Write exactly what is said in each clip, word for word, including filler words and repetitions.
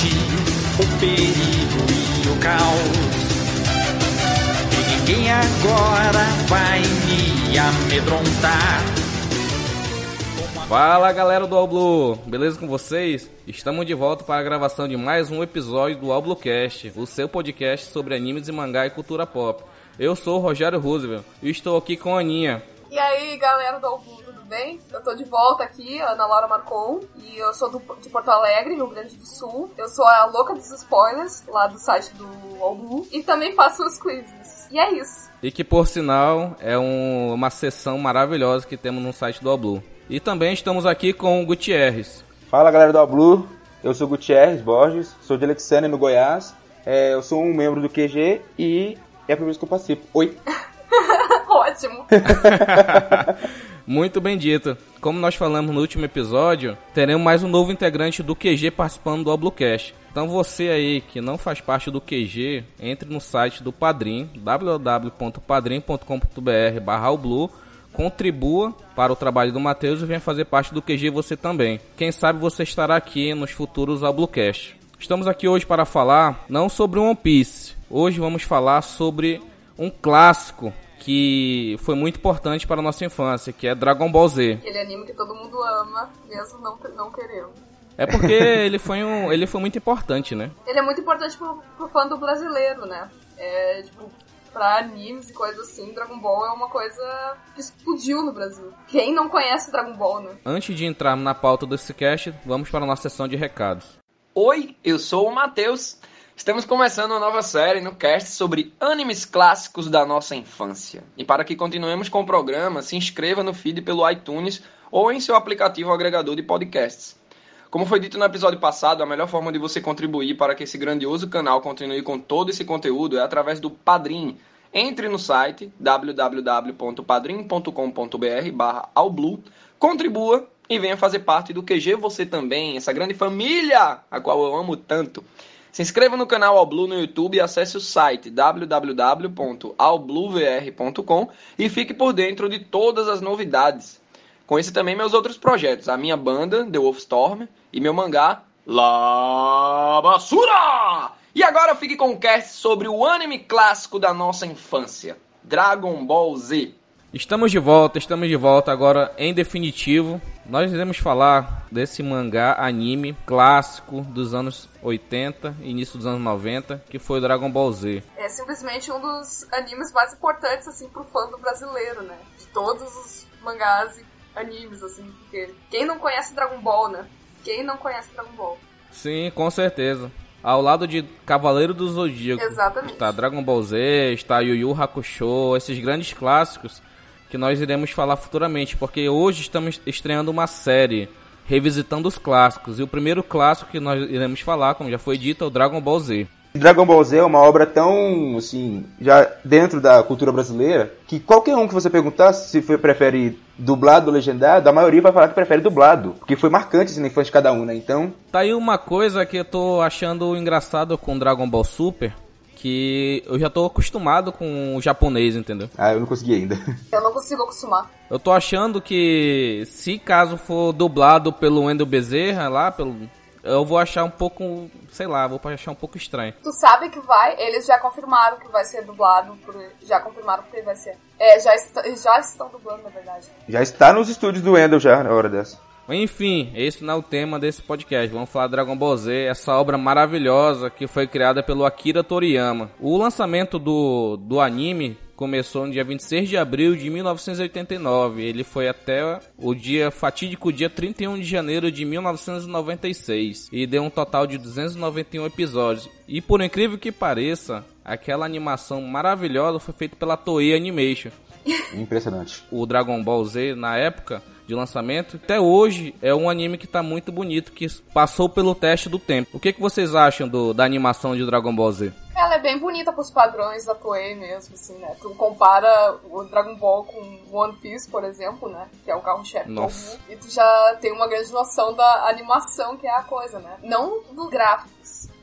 morte, o perigo e o caos. E ninguém agora vai me amedrontar. Fala galera do Alblu, beleza com vocês? Estamos de volta para a gravação de mais um episódio do AlbluCast, o seu podcast sobre animes e mangá e cultura pop. Eu sou o Rogério Roosevelt e estou aqui com a Aninha. E aí galera do Alblu, tudo bem? Eu tô de volta aqui, Ana Laura Marcon, e eu sou do, de Porto Alegre, Rio Grande do Sul. Eu sou a louca dos spoilers, lá do site do Alblu, e também faço os quizzes. E é isso. E que por sinal é um, uma sessão maravilhosa que temos no site do Alblu. E também estamos aqui com o Gutierrez. Fala galera do Alblu, eu sou o Gutierrez Borges, sou de Alexandria, no Goiás. É, eu sou um membro do Q G e é a primeira vez que eu participo. Oi! Ótimo! Muito bem dito. Como nós falamos no último episódio, teremos mais um novo integrante do Q G participando do AlbluCast. Então você aí que não faz parte do Q G, entre no site do Padrim, w w w ponto padrim ponto com ponto b r barra alblu, contribua para o trabalho do Matheus e venha fazer parte do Q G você também. Quem sabe você estará aqui nos futuros AlbluCast. Estamos aqui hoje para falar não sobre One Piece. Hoje vamos falar sobre um clássico que foi muito importante para a nossa infância, que é Dragon Ball Z. Aquele anime que todo mundo ama, mesmo não, não querendo. É porque ele foi, um, ele foi muito importante, né? Ele é muito importante pro, pro fã do brasileiro, né? É, tipo, pra animes e coisas assim, Dragon Ball é uma coisa que explodiu no Brasil. Quem não conhece Dragon Ball, né? Antes de entrarmos na pauta desse cast, vamos para a nossa sessão de recados. Oi, eu sou o Matheus. Estamos começando uma nova série no cast sobre animes clássicos da nossa infância. E para que continuemos com o programa, se inscreva no feed pelo iTunes ou em seu aplicativo agregador de podcasts. Como foi dito no episódio passado, a melhor forma de você contribuir para que esse grandioso canal continue com todo esse conteúdo é através do Padrim. Entre no site w w w ponto padrim ponto com ponto b r barra alblu, contribua e venha fazer parte do Q G você também, essa grande família a qual eu amo tanto. Se inscreva no canal Alblu no YouTube e acesse o site w w w ponto alblu v r ponto com e fique por dentro de todas as novidades. Conheça também meus outros projetos, a minha banda, The Wolfstorm, e meu mangá, La Basura! E agora fique com o cast sobre o anime clássico da nossa infância, Dragon Ball Z. Estamos de volta, estamos de volta agora em definitivo. Nós iremos falar desse mangá anime clássico dos anos oitenta, início dos anos noventa, que foi o Dragon Ball Z. É simplesmente um dos animes mais importantes, assim, pro fã do brasileiro, né? De todos os mangás e animes, assim, porque quem não conhece Dragon Ball, né? Quem não conhece Dragon Ball? Sim, com certeza. Ao lado de Cavaleiro do Zodíaco, exatamente, está Dragon Ball Z, está Yu Yu Hakusho, esses grandes clássicos que nós iremos falar futuramente, porque hoje estamos estreando uma série revisitando os clássicos, e o primeiro clássico que nós iremos falar, como já foi dito, é o Dragon Ball Z. Dragon Ball Z é uma obra tão, assim, já dentro da cultura brasileira, que qualquer um que você perguntar se prefere dublado ou legendado, a maioria vai falar que prefere dublado, porque foi marcante assim, na infância de cada um, né? Então... Tá aí uma coisa que eu tô achando engraçado com Dragon Ball Super, que eu já tô acostumado com o japonês, entendeu? Ah, eu não consegui ainda. Eu não consigo acostumar. Eu tô achando que, se caso for dublado pelo Wendel Bezerra lá, pelo... eu vou achar um pouco, sei lá, vou achar um pouco estranho. Tu sabe que vai, eles já confirmaram que vai ser dublado, por, já confirmaram que vai ser. É, já, est- já estão dublando, na verdade. Já está nos estúdios do Wendel já, na hora dessa. Enfim, esse não é o tema desse podcast. Vamos falar de Dragon Ball Z, essa obra maravilhosa que foi criada pelo Akira Toriyama. O lançamento do, do anime começou no dia vinte e seis de abril de mil novecentos e oitenta e nove. Ele foi até o dia fatídico dia trinta e um de janeiro de mil novecentos e noventa e seis. E deu um total de duzentos e noventa e um episódios. E por incrível que pareça, aquela animação maravilhosa foi feita pela Toei Animation. Impressionante. O Dragon Ball Z, na época de lançamento, até hoje é um anime que tá muito bonito, que passou pelo teste do tempo. O que, que vocês acham do, da animação de Dragon Ball Z? Ela é bem bonita pros padrões da Toei mesmo, assim, né? Tu compara o Dragon Ball com One Piece, por exemplo, né? Que é o carro-chefe do mundo, e tu já tem uma grande noção da animação, que é a coisa, né? Não dos gráficos,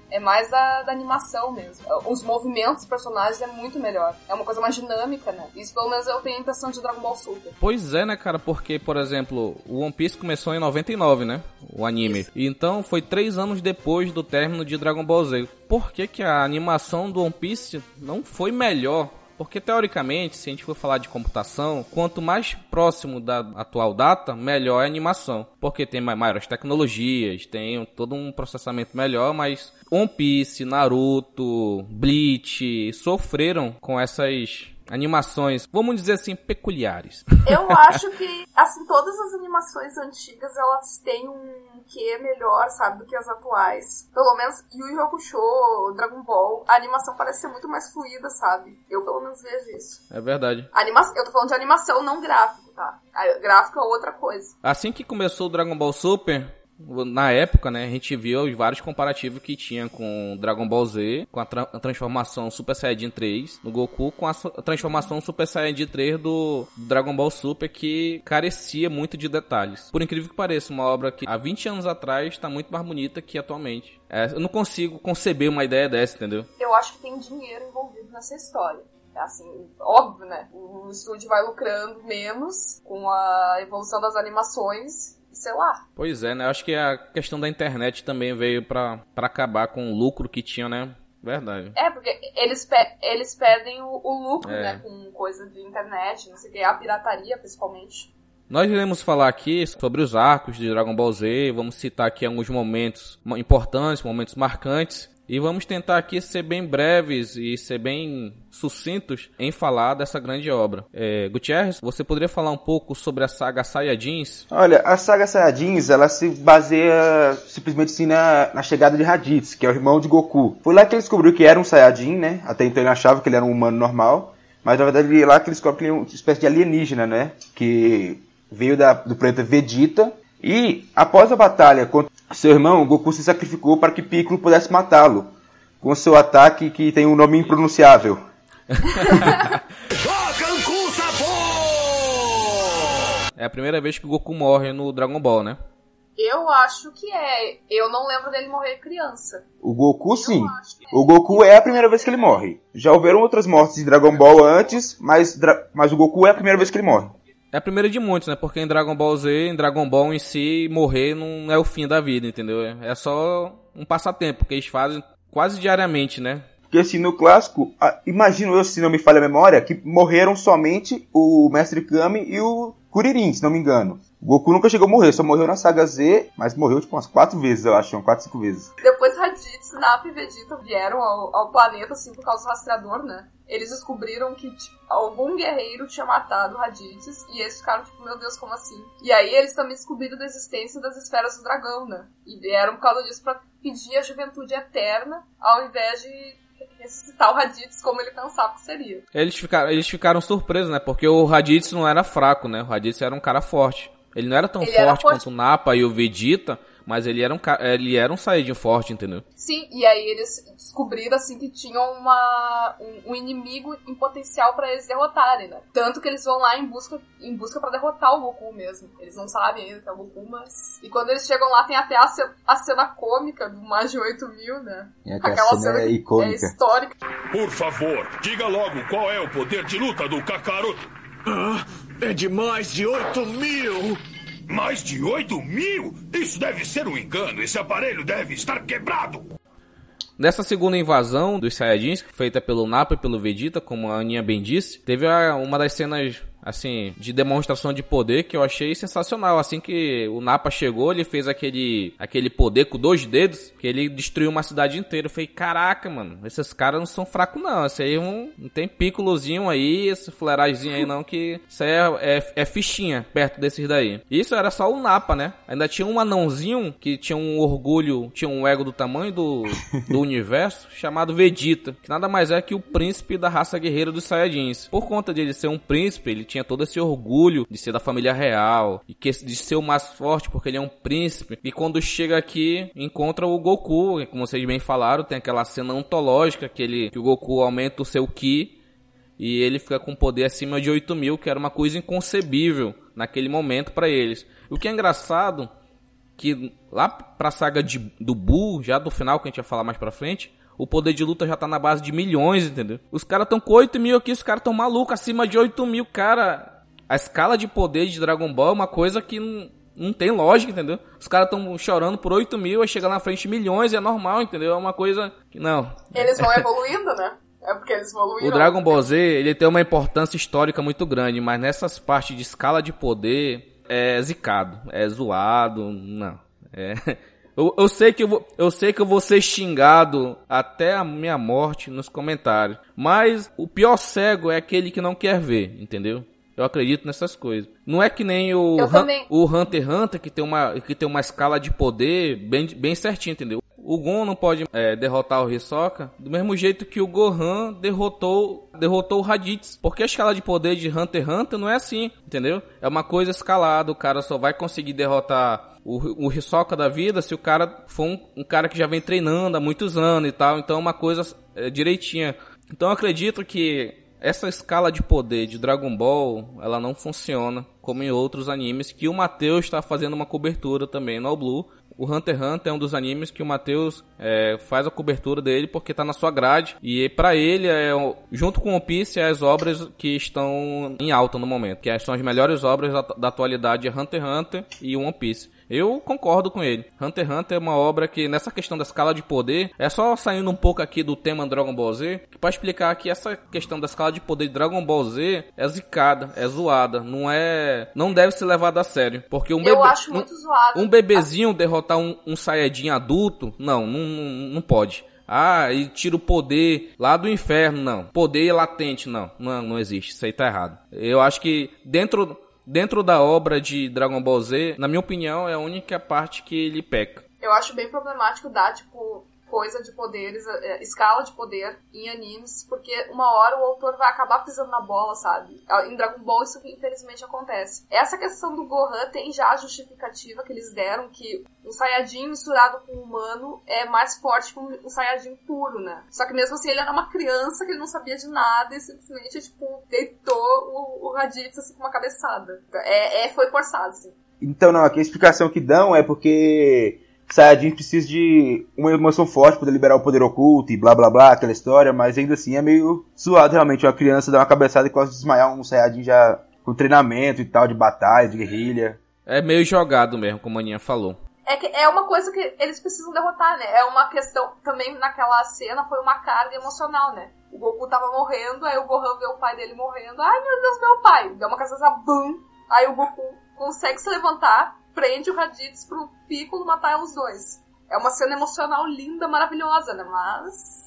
É mais da, da animação mesmo. Os movimentos dos personagens é muito melhor. É uma coisa mais dinâmica, né? Isso pelo menos eu tenho a impressão de Dragon Ball Super. Pois é, né, cara? Porque, por exemplo, o One Piece começou em noventa e nove, né? O anime. Isso. Então foi três anos depois do término de Dragon Ball Z. Por que que a animação do One Piece não foi melhor? Porque, teoricamente, se a gente for falar de computação, quanto mais próximo da atual data, melhor é a animação. Porque tem maiores tecnologias, tem todo um processamento melhor, mas One Piece, Naruto, Bleach sofreram com essas animações, vamos dizer assim, peculiares. Eu acho que, assim, todas as animações antigas, elas têm um quê melhor, sabe, do que as atuais. Pelo menos Yu Yu Hakusho, Dragon Ball, a animação parece ser muito mais fluida, sabe? Eu, pelo menos, vejo isso. É verdade. Anima... Eu tô falando de animação, não gráfico, tá? A gráfico é outra coisa. Assim que começou o Dragon Ball Super, na época, né, a gente viu os vários comparativos que tinha com Dragon Ball Z, com a, tra- a transformação Super Saiyajin três do Goku, com a, su- a transformação Super Saiyajin três do Dragon Ball Super, que carecia muito de detalhes. Por incrível que pareça, uma obra que há vinte anos atrás está muito mais bonita que atualmente. É, eu não consigo conceber uma ideia dessa, entendeu? Eu acho que tem dinheiro envolvido nessa história. Assim, óbvio, né? O estúdio vai lucrando menos com a evolução das animações, sei lá. Pois é, né? Eu acho que a questão da internet também veio pra, pra acabar com o lucro que tinha, né? Verdade. É, porque eles, pe- eles pedem o, o lucro, é. né? Com coisa de internet, não sei o que, a pirataria, principalmente. Nós iremos falar aqui sobre os arcos de Dragon Ball Z, vamos citar aqui alguns momentos importantes, momentos marcantes, e vamos tentar aqui ser bem breves e ser bem sucintos em falar dessa grande obra. É, Gutierrez, você poderia falar um pouco sobre a saga Saiyajins? Olha, a saga Saiyajins, ela se baseia simplesmente assim na, na chegada de Raditz, que é o irmão de Goku. Foi lá que ele descobriu que era um Saiyajin, né? Até então ele achava que ele era um humano normal, mas na verdade é lá que ele descobre que ele é uma espécie de alienígena, né? Que veio da, do planeta Vegeta, e após a batalha contra seu irmão, Goku se sacrificou para que Piccolo pudesse matá-lo, com seu ataque que tem um nome impronunciável. É a primeira vez que o Goku morre no Dragon Ball, né? Eu acho que é. Eu não lembro dele morrer criança. O Goku, sim. O Goku é a primeira vez que ele morre. Já houveram outras mortes de Dragon Ball antes, mas, mas o Goku é a primeira vez que ele morre. É a primeira de muitos, né? Porque em Dragon Ball Z, em Dragon Ball em si, morrer não é o fim da vida, entendeu? É só um passatempo, que eles fazem quase diariamente, né? Porque assim, no clássico, imagino eu, se não me falha a memória, que morreram somente o Mestre Kami e o Kuririn, se não me engano. O Goku nunca chegou a morrer, só morreu na saga Z, mas morreu tipo umas quatro vezes, eu acho, umas quatro, cinco vezes. Depois Raditz, Nappa e Vegeta vieram ao, ao planeta, assim, por causa do rastreador, né? Eles descobriram que tipo, algum guerreiro tinha matado Raditz, e eles ficaram tipo, meu Deus, como assim? E aí eles também descobriram da existência das esferas do dragão, né? E vieram por causa disso pra pedir a juventude eterna, ao invés de ressuscitar o Raditz como ele pensava que seria. Eles ficaram, eles ficaram surpresos, né? Porque o Raditz não era fraco, né? O Raditz era um cara forte. Ele não era tão ele forte, era forte quanto o Nappa e o Vegeta, mas ele era um, ele era um Saiyajin forte, entendeu? Sim, e aí eles descobriram, assim, que tinham uma, um, um inimigo em potencial pra eles derrotarem, né? Tanto que eles vão lá em busca, em busca pra derrotar o Goku mesmo. Eles não sabem ainda que é o Goku, mas... E quando eles chegam lá, tem até a, ce... a cena cômica do mais de oito mil, né? É, aquela cena, cena é icônica. É histórica. Por favor, diga logo qual é o poder de luta do Kakaroto. Ah, é de mais de oito mil! Mais de oito mil? Isso deve ser um engano. Esse aparelho deve estar quebrado. Nessa segunda invasão dos Saiyajins, feita pelo Nappa e pelo Vegeta, como a Aninha bem disse, teve uma das cenas, assim, de demonstração de poder que eu achei sensacional. Assim que o Nappa chegou, ele fez aquele, aquele poder com dois dedos, que ele destruiu uma cidade inteira. Eu falei, caraca, mano, esses caras não são fracos não. Esse aí não, não tem Piccolozinho aí, esse fuleirazinho aí não, que isso aí é, é, é fichinha perto desses daí. Isso era só o Nappa, né? Ainda tinha um anãozinho que tinha um orgulho, tinha um ego do tamanho do, do universo, chamado Vegeta, que nada mais é que o príncipe da raça guerreira dos Saiyajins. Por conta de ele ser um príncipe, ele tinha todo esse orgulho de ser da família real, e que, de ser o mais forte porque ele é um príncipe. E quando chega aqui, encontra o Goku, como vocês bem falaram, tem aquela cena ontológica que, ele, que o Goku aumenta o seu Ki e ele fica com poder acima de oito mil, que era uma coisa inconcebível naquele momento para eles. O que é engraçado que lá pra saga de, do Buu, já do final, que a gente vai falar mais pra frente, o poder de luta já tá na base de milhões, entendeu? Os caras tão com oito mil aqui, os caras tão malucos, acima de oito mil, cara. A escala de poder de Dragon Ball é uma coisa que não, não tem lógica, entendeu? Os caras tão chorando por oito mil, aí chega na frente milhões, é normal, entendeu? É uma coisa que não. Eles vão evoluindo, né? É porque eles evoluíram. O Dragon Ball Z, ele tem uma importância histórica muito grande, mas nessas partes de escala de poder, é zicado, é zoado, não. É... Eu, eu, sei que eu, vou, eu sei que eu vou ser xingado até a minha morte nos comentários. Mas o pior cego é aquele que não quer ver, entendeu? Eu acredito nessas coisas. Não é que nem o, Han, o Hunter x Hunter, que tem, uma, que tem uma escala de poder bem, bem certinha, entendeu? O Gon não pode é, derrotar o Hisoka do mesmo jeito que o Gohan derrotou, derrotou o Raditz. Porque a escala de poder de Hunter x Hunter não é assim, entendeu? É uma coisa escalada, o cara só vai conseguir derrotar o, o Hisoka da vida se o cara for um, um cara que já vem treinando há muitos anos e tal. Então é uma coisa é, direitinha. Então eu acredito que essa escala de poder de Dragon Ball, ela não funciona como em outros animes, que o Matheus está fazendo uma cobertura também no All Blue. O Hunter x Hunter é um dos animes que o Matheus é, faz a cobertura dele porque tá na sua grade. E pra ele, é, junto com One Piece, é as obras que estão em alta no momento. Que são as melhores obras da, da atualidade, é Hunter x Hunter e One Piece. Eu concordo com ele. Hunter x Hunter é uma obra que, nessa questão da escala de poder, é só saindo um pouco aqui do tema Dragon Ball Z, para explicar que essa questão da escala de poder de Dragon Ball Z é zicada, é zoada, não é, não deve ser levada a sério. Porque um, Eu bebê, acho muito um, zoado. um bebezinho derrotar um, um Saiyajin adulto, não, não, não, não pode. Ah, e tira o poder lá do inferno, não. Poder latente, não, não, não existe, isso aí tá errado. Eu acho que dentro... Dentro da obra de Dragon Ball Z, na minha opinião, é a única parte que ele peca. Eu acho bem problemático dar, tipo, coisa de poderes, escala de poder em animes, porque uma hora o autor vai acabar pisando na bola, sabe? Em Dragon Ball isso infelizmente acontece. Essa questão do Gohan tem já a justificativa que eles deram, que um Saiyajin misturado com um humano é mais forte que um Saiyajin puro, né? Só que mesmo assim ele era uma criança que ele não sabia de nada e simplesmente, tipo, deitou o, o Raditz assim com uma cabeçada. É, é, foi forçado, assim. Então não, aqui a explicação que dão é porque Saiyajin precisa de uma emoção forte para poder liberar o poder oculto e blá blá blá, aquela história, mas ainda assim é meio zoado realmente uma criança dar uma cabeçada e quase desmaiar um Saiyajin já com treinamento e tal, de batalha, de guerrilha. É meio jogado mesmo, como a Aninha falou. É, que é uma coisa que eles precisam derrotar, né? É uma questão, também naquela cena foi uma carga emocional, né? O Goku tava morrendo, aí o Gohan vê o pai dele morrendo, ai meu Deus, meu pai! Deu uma cabeça, bum! Aí o Goku consegue se levantar, prende o Raditz pro Piccolo matar os dois. É uma cena emocional linda, maravilhosa, né? Mas...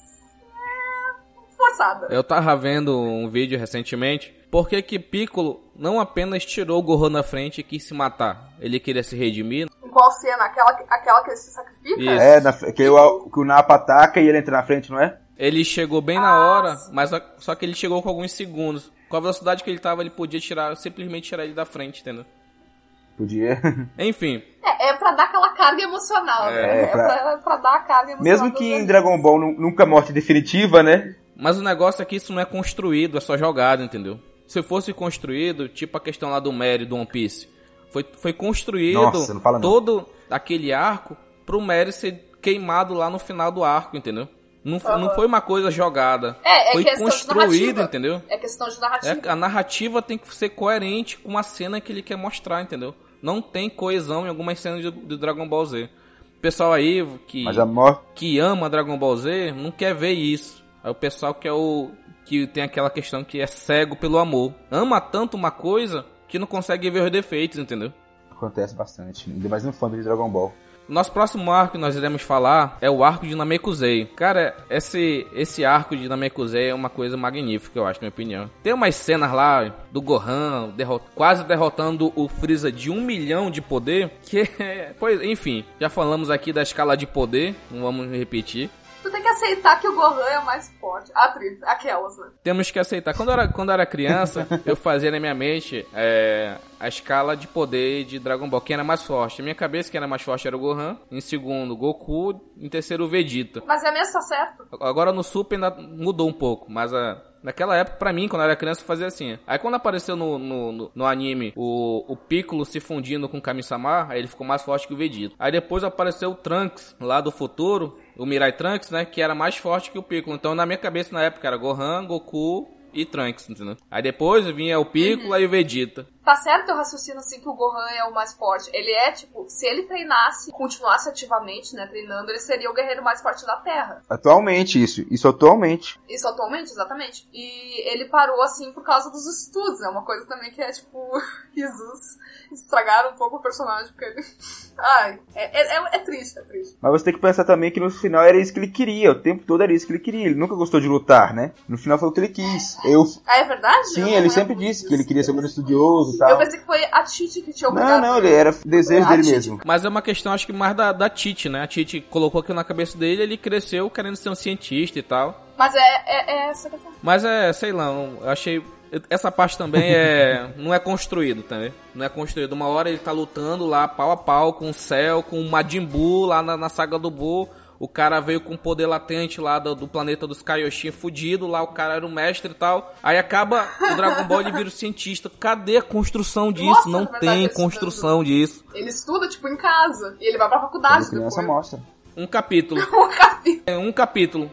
é... forçada. Eu tava vendo um vídeo recentemente. Por que que Piccolo não apenas tirou o Gohan na frente e quis se matar? Ele queria se redimir? Em qual cena? Aquela, aquela que ele se sacrifica? Isso. É, na, que, o, que o Nappa ataca e ele entra na frente, não é? Ele chegou bem na hora, mas só que ele chegou com alguns segundos. Com a velocidade que ele tava, ele podia tirar, simplesmente tirar ele da frente, entendeu? Podia. Enfim. É, é pra dar aquela carga emocional, é, né? É pra... É, pra, pra dar a carga emocional. Mesmo que em Dragon Ball nunca morte definitiva, né? Mas o negócio é que isso não é construído, é só jogado, entendeu? Se fosse construído, tipo a questão lá do Mary do One Piece, foi, foi construído Nossa, não fala não. todo aquele arco pro Mary ser queimado lá no final do arco, entendeu? Não, uhum. não foi uma coisa jogada. É, é foi construído, entendeu? É questão de narrativa. É, a narrativa tem que ser coerente com a cena que ele quer mostrar, entendeu? Não tem coesão em algumas cenas de, de Dragon Ball Z. O pessoal aí que, Mas a mor... que ama Dragon Ball Z não quer ver isso. Aí o pessoal que é o que tem aquela questão que é cego pelo amor. Ama tanto uma coisa que não consegue ver os defeitos, entendeu? Acontece bastante, ainda mais no fã de Dragon Ball. Nosso próximo arco que nós iremos falar é o arco de Namekusei. Cara, esse, esse arco de Namekusei é uma coisa magnífica, eu acho, na minha opinião. Tem umas cenas lá do Gohan derrot, quase derrotando o Freeza de um milhão de poder, que é... Pois, enfim, já falamos aqui da escala de poder, não vamos repetir. Tu tem que aceitar que o Gohan é o mais forte. A atriz, aquelas, né? Temos que aceitar. Quando eu era, quando eu era criança, eu fazia na minha mente é, a escala de poder de Dragon Ball. Quem era mais forte? Na minha cabeça, quem era mais forte era o Gohan. Em segundo, Goku. Em terceiro, o Vegeta. Mas é mesmo, tá certo? Agora no Super ainda mudou um pouco. Mas a, Naquela época, pra mim, quando eu era criança, eu fazia assim. Aí quando apareceu no, no, no, no anime o, o Piccolo se fundindo com o Kami-sama, aí ele ficou mais forte que o Vegeta. Aí depois apareceu o Trunks, lá do futuro, o Mirai Trunks, né, que era mais forte que o Piccolo. Então na minha cabeça na época era Gohan, Goku e Trunks, entendeu? Aí depois vinha o Piccolo uhum. e o Vegeta. Tá certo eu raciocino assim que o Gohan é o mais forte. Ele é, tipo, se ele treinasse, continuasse ativamente, né, treinando, ele seria o guerreiro mais forte da Terra. Atualmente, isso. Isso atualmente. Isso atualmente, exatamente. E ele parou, assim, por causa dos estudos. É uma coisa também que é, tipo, Jesus. Estragaram um pouco o personagem, porque ele... Ai, é, é, é triste, é triste. Mas você tem que pensar também que no final era isso que ele queria. O tempo todo era isso que ele queria. Ele nunca gostou de lutar, né? No final foi o que ele quis. Eu... Ah, é verdade? Sim, ele sempre disse isso. Que ele queria ser um estudioso e tal. Eu pensei que foi a Titi que tinha obrigado. Não, não, ele era desejo dele Titi. mesmo. Mas é uma questão, acho que mais da, da Titi, né? A Titi colocou aquilo na cabeça dele, ele cresceu querendo ser um cientista e tal. Mas é, é, é essa questão. Mas é, sei lá, eu achei... Essa parte também é não é construído, tá vendo? Não é construído. Uma hora ele tá lutando lá, pau a pau, com o Cell, com o Majin Buu, lá na, na saga do Buu. O cara veio com poder latente lá do, do planeta dos Kaioshin fudido. Lá o cara era o mestre e tal. Aí acaba o Dragon Ball, ele vira o cientista. Cadê a construção disso? Nossa, não verdade, tem ele construção disso. Ele estuda, tipo, em casa. E ele vai pra faculdade criança depois. mostra. Um capítulo. um capítulo. É um capítulo.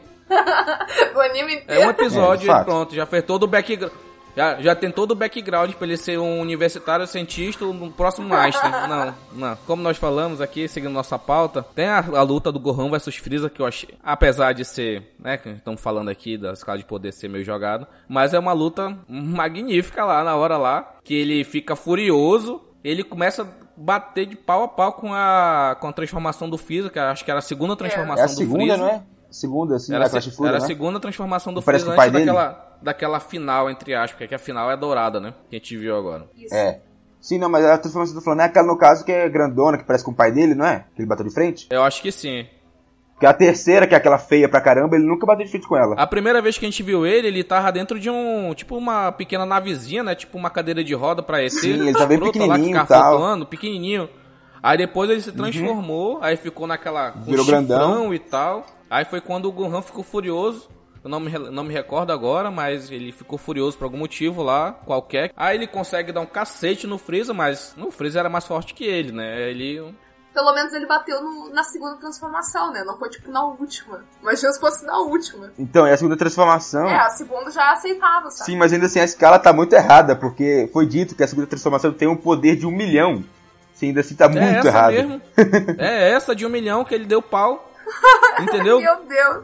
Do anime inteiro. É um episódio é, e pronto. Já fez todo o background. Já, já tem todo o background pra ele ser um universitário cientista no próximo Einstein. Não, não. Como nós falamos aqui, seguindo nossa pauta, tem a, a luta do Gohan versus Freeza, que eu achei, apesar de ser, né, que estamos falando aqui da escala de poder ser meio jogado, mas é uma luta magnífica lá, na hora lá, que ele fica furioso, ele começa a bater de pau a pau com a, com a transformação do Freeza, que acho que era a segunda transformação é a do segunda, Freeza. Não é? Segunda, assim, era, a Flash Fury, era né? a segunda transformação do Parece Freeza com o pai antes dele? daquela, daquela final, entre aspas, porque a final é dourada, né? Que a gente viu agora. Isso. É. Sim, não, mas a transformação que eu tô falando é aquela, no caso, que é grandona, que parece com o pai dele, não é? Que ele bateu de frente? Eu acho que sim. Porque a terceira, que é aquela feia pra caramba, ele nunca bateu de frente com ela. A primeira vez que a gente viu ele, ele tava dentro de um, tipo uma pequena navezinha, né? Tipo uma cadeira de roda pra E T. Sim, ele tá bem Escroto, pequenininho lá, e tal. flutuando, pequenininho. Aí depois ele se transformou, uhum. aí ficou naquela... com virou grandão e tal. Aí foi quando o Gohan ficou furioso. Eu não me, não me recordo agora, mas ele ficou furioso por algum motivo lá, qualquer. Aí ele consegue dar um cacete no Freeza, mas o Freeza era mais forte que ele, né? Ele... Pelo menos ele bateu no, na segunda transformação, né? Não foi tipo na última. Imagina se fosse na última. Então, é a segunda transformação. É, a segunda já aceitava, sabe? Sim, mas ainda assim a escala tá muito errada, porque foi dito que a segunda transformação tem um poder de um milhão. Sim, ainda assim tá é muito essa errado. Mesmo. É essa de um milhão que ele deu pau. Entendeu? Meu Deus.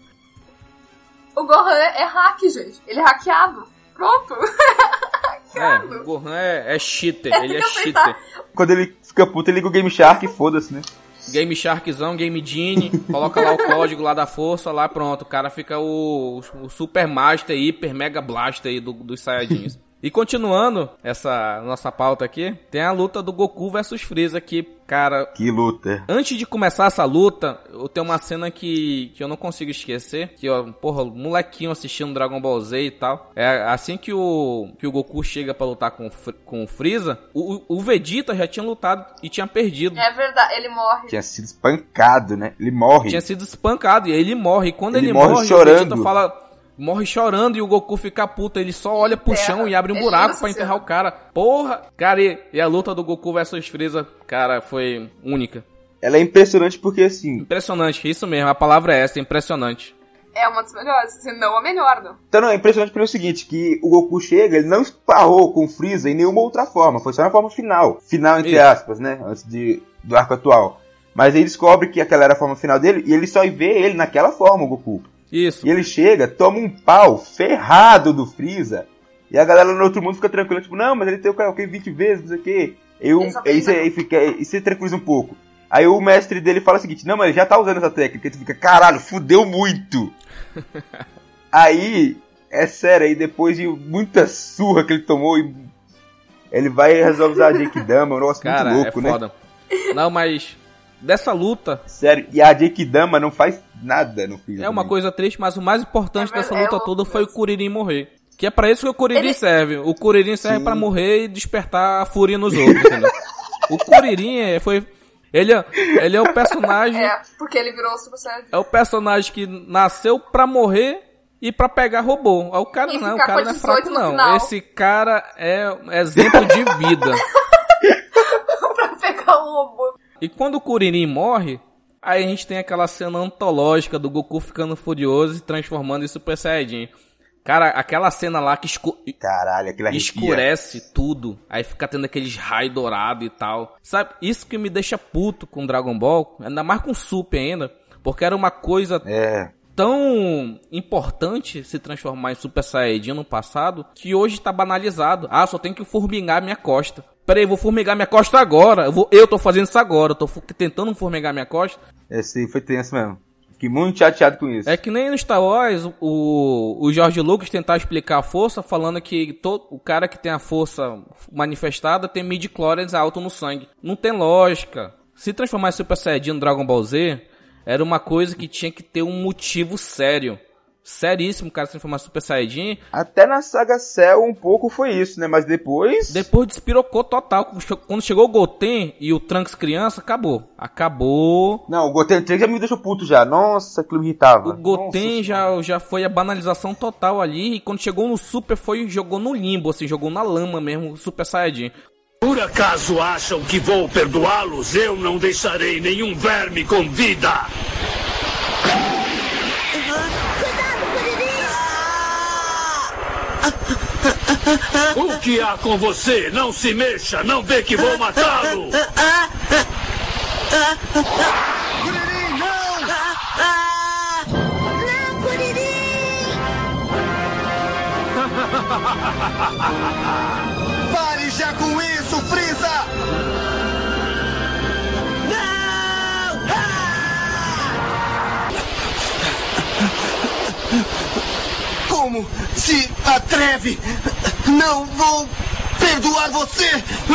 O Gohan é hack, gente. Ele é hackeado. Pronto. hackeado. É, o Gohan é, é cheater. É, ele é aceitar. cheater. Quando ele fica puto, ele liga o Game Shark e foda-se, né? Game Sharkzão, Game Genie, coloca lá o código lá da força, lá pronto. O cara fica o, o Super Master, Hiper, Mega Blaster aí do, dos Saiyajins. E continuando essa nossa pauta aqui, tem a luta do Goku versus Freeza que, cara... Que luta. Antes de começar essa luta, eu tenho uma cena que, que eu não consigo esquecer, que, ó, porra, molequinho assistindo Dragon Ball Z e tal. É assim que o, que o Goku chega pra lutar com, com o Freeza, o, o Vegeta já tinha lutado e tinha perdido. É verdade, ele morre. Tinha sido espancado, né? Ele morre. Tinha sido espancado e aí ele morre. E quando ele, ele morre, morre o chorando. Vegeta fala... Morre chorando e o Goku fica puto. Ele só olha pro Terra. chão e abre um É buraco pra isso, enterrar o cara. Porra! Cara, e, e a luta do Goku versus Freeza, cara, foi única. Ela é impressionante porque, assim... Impressionante, isso mesmo. A palavra é essa, impressionante. É uma das melhores, se não a melhor, não. Então, não, é impressionante pelo seguinte, que o Goku chega, ele não esparrou com o Freeza em nenhuma outra forma. Foi só na forma final. Final, entre isso. aspas, né? Antes de, do arco atual. Mas ele descobre que aquela era a forma final dele e ele só vê ele naquela forma, o Goku. Isso. E ele chega, toma um pau ferrado do Freeza. E a galera no outro mundo fica tranquila, tipo, não, mas ele tem o Kaioken vinte vezes, não sei o quê. Eu, aí você aí fica, aí você tranquiliza um pouco. Aí o mestre dele fala o seguinte, não, mas ele já tá usando essa técnica. E tu fica, caralho, fudeu muito. Aí, é sério, aí depois de muita surra que ele tomou, ele vai e resolve usar a Genkidama, um negócio cara, muito louco, é né? foda. Não, mas dessa luta... Sério, e a Genkidama não faz nada no Freeza. É uma também. coisa triste, mas o mais importante É dessa verdade, luta é toda o- foi o Kuririn morrer. Que é pra isso que o Kuririn Ele- serve. O Kuririn serve Sim. pra morrer e despertar a fúria nos outros, entendeu? O Kuririn é, foi... Ele é, ele é o personagem... É, porque ele virou o Super Saiyajin. É o personagem que nasceu pra morrer e pra pegar robô. Aí o cara E não, o ficar cara com não é dezoito fraco no não. final. Esse cara é exemplo de vida. Pra pegar um robô. E quando o Kuririn morre, aí a gente tem aquela cena antológica do Goku ficando furioso e transformando em Super Saiyajin. Cara, aquela cena lá que escu... Caralho, aquilo arrepia. escurece tudo, aí fica tendo aqueles raios dourados e tal. Sabe, isso que me deixa puto com Dragon Ball, ainda mais com Super ainda, porque era uma coisa É. tão importante se transformar em Super Saiyajin no passado, que hoje tá banalizado. Ah, só tem que formigar minha costa. Peraí, vou formigar minha costa agora. Eu, vou, eu tô fazendo isso agora, eu tô fu- tentando formigar minha costa. Esse foi tenso mesmo. Fiquei muito chateado com isso. É que nem no Star Wars, o, o George Lucas tentar explicar a força, falando que todo, o cara que tem a força manifestada tem midi-chlorians alto no sangue. Não tem lógica. Se transformar em Super Saiyajin no Dragon Ball Z, era uma coisa que tinha que ter um motivo sério. Seríssimo o cara se transformar em Super Saiyajin. Até na saga Cell um pouco foi isso, né? Mas depois... Depois despirocou total. Quando chegou o Goten e o Trunks criança, acabou. Acabou. Não, o Goten Trunks já me deixou puto já. Nossa, aquilo me irritava. O Goten já, já foi a banalização total ali. E quando chegou no Super, foi jogou no limbo, assim, jogou na lama mesmo o Super Saiyajin. Por acaso acham que vou perdoá-los? Eu não deixarei nenhum verme com vida! O que há com você? Não se mexa! Não vê que vou matá-lo! Kuririn, não! Não, Kuririn! Pare já com isso, Frieza! Não! Como se atreve? Não vou perdoar você!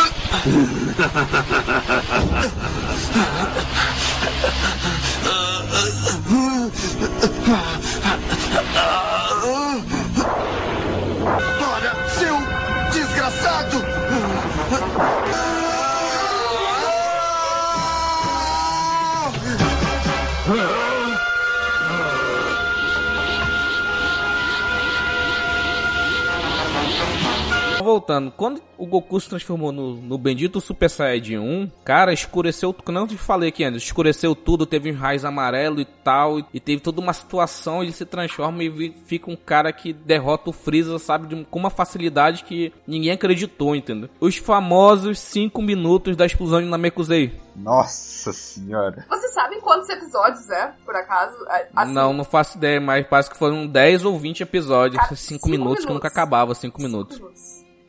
Ora, seu desgraçado! Voltando, quando o Goku se transformou no, no bendito Super Saiyajin um, cara, escureceu, que não te falei aqui antes, escureceu tudo, teve uns raios amarelos e tal, e, e teve toda uma situação, ele se transforma e vi, fica um cara que derrota o Freeza, sabe, de, com uma facilidade que ninguém acreditou, entendeu? Os famosos cinco minutos da explosão de Namekusei. Nossa senhora. Vocês sabem quantos episódios é, por acaso? Assim, Não, não faço ideia, mas parece que foram dez ou vinte episódios, Cara, cinco cinco minutos, minutos. que nunca acabava, cinco minutos. minutos.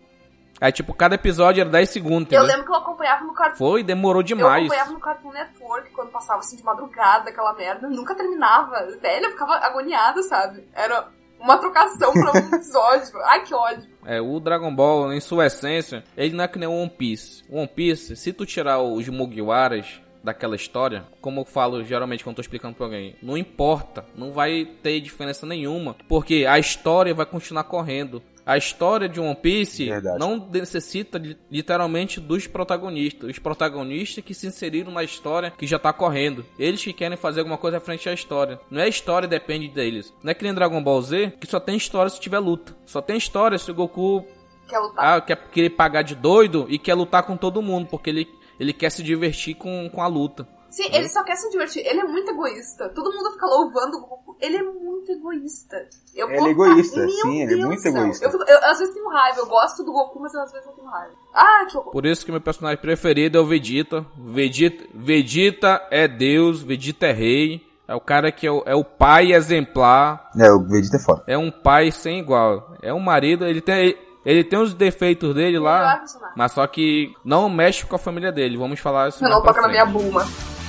Aí, tipo, cada episódio era dez segundos, Eu entendeu? lembro que eu acompanhava no Cartoon. Foi, demorou Eu demais. acompanhava no Cartoon Network quando passava assim de madrugada aquela merda. Nunca terminava. Velho, eu ficava agoniada, sabe? Era uma trocação pra um episódio. Ai, que ódio. É, o Dragon Ball, em sua essência, ele não é que nem o One Piece. O One Piece, se tu tirar os Mugiwaras daquela história, como eu falo geralmente quando tô explicando pra alguém, não importa, não vai ter diferença nenhuma, porque a história vai continuar correndo. A história de One Piece Verdade. não necessita literalmente dos protagonistas. Os protagonistas que se inseriram na história que já tá correndo. Eles que querem fazer alguma coisa frente à história. Não é a história que depende deles. Não é que nem Dragon Ball Z, que só tem história se tiver luta. Só tem história se o Goku Quer lutar. ah, quer querer pagar de doido e quer lutar com todo mundo, porque ele, ele quer se divertir com, com a luta. Sim, ele só quer se divertir. Ele é muito egoísta. Todo mundo fica louvando o Goku. Ele é muito egoísta. Eu Ele vou é egoísta, ficar- Meu sim, ele é Deus muito do céu. egoísta. Eu, fico- eu, às vezes tenho raiva. Eu gosto do Goku, mas às vezes eu tenho raiva. Ah, que horror. Por isso que meu personagem preferido é o Vegeta. Vegeta, Vegeta é Deus, Vegeta é rei. É o cara que é o, é o pai exemplar. É, o Vegeta é foda. É um pai sem igual. É um marido, ele tem... Ele tem os defeitos dele lá, Melhor personagem. mas só que não mexe com a família dele. Vamos falar isso Você mais não pra toca na minha frente. Bulma.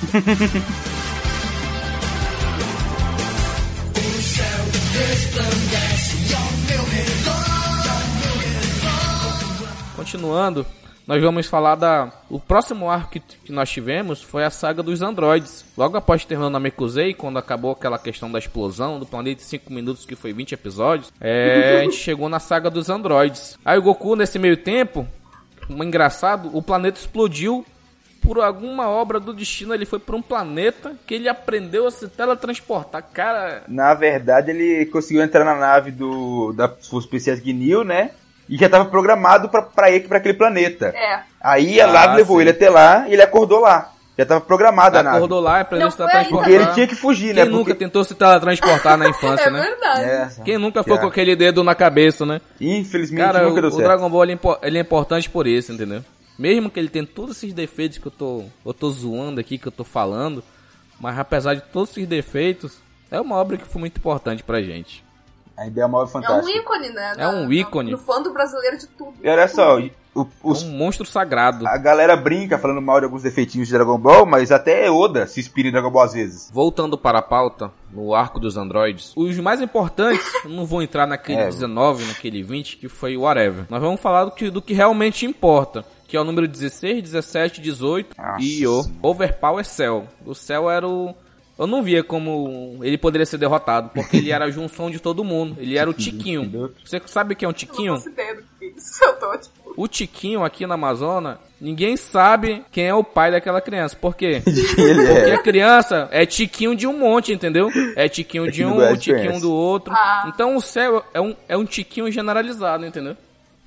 Continuando, nós vamos falar da... O próximo arco que, que nós tivemos foi a saga dos androides. Logo após terminar na Namekusei, quando acabou aquela questão da explosão do planeta em cinco minutos, que foi vinte episódios, é, a gente chegou na saga dos androides. Aí o Goku, nesse meio tempo, um engraçado, o planeta explodiu por alguma obra do destino, ele foi pra um planeta que ele aprendeu a se teletransportar. Cara... Na verdade, ele conseguiu entrar na nave do da Força Especiais Gnil, né? E já tava programado pra, pra ir pra aquele planeta. É. Aí a Ah, nave levou sim. ele até lá e ele acordou lá. Já tava programada a nave. Acordou lá, aprendeu a se Não, foi aí teletransportar. Porque ele tinha que fugir, Quem né? nunca Porque... tentou se teletransportar na infância, É né? verdade. É, Quem nunca ficou Já. com aquele dedo na cabeça, né? Infelizmente Cara, o, nunca deu o certo. Dragon Ball ele é, impo- ele é importante por isso, entendeu? Mesmo que ele tenha todos esses defeitos que eu tô, eu tô zoando aqui, que eu tô falando, mas apesar de todos esses defeitos, é uma obra que foi muito importante pra gente. A ideia é uma obra É um fantástica. ícone, né? É um na- ícone. No fã do brasileiro de tudo. E olha só, o, É os, um monstro sagrado. a galera brinca falando mal de alguns defeitinhos de Dragon Ball, mas até Oda se inspira em Dragon Ball às vezes. Voltando para a pauta, no arco dos androides, os mais importantes, eu não vou entrar naquele É. dezenove, naquele vinte, que foi whatever. Nós vamos falar do que, do que realmente importa, que é o número dezesseis, dezessete, dezoito Nossa e o Senhora. Overpower Cell. O Cell era o... Eu não via como ele poderia ser derrotado, porque ele era a junção de todo mundo. Ele era o Tiquinho. Você sabe o que é um Eu Tiquinho? não faço ideia do que é isso. Eu tô, tipo... O Tiquinho aqui na Amazônia, ninguém sabe quem é o pai daquela criança. Por quê? Ele Porque é. a criança é tiquinho de um monte, entendeu? É tiquinho de Não um, faz tiquinho diferença. do outro. Ah. Então o céu é um, é um tiquinho generalizado, entendeu?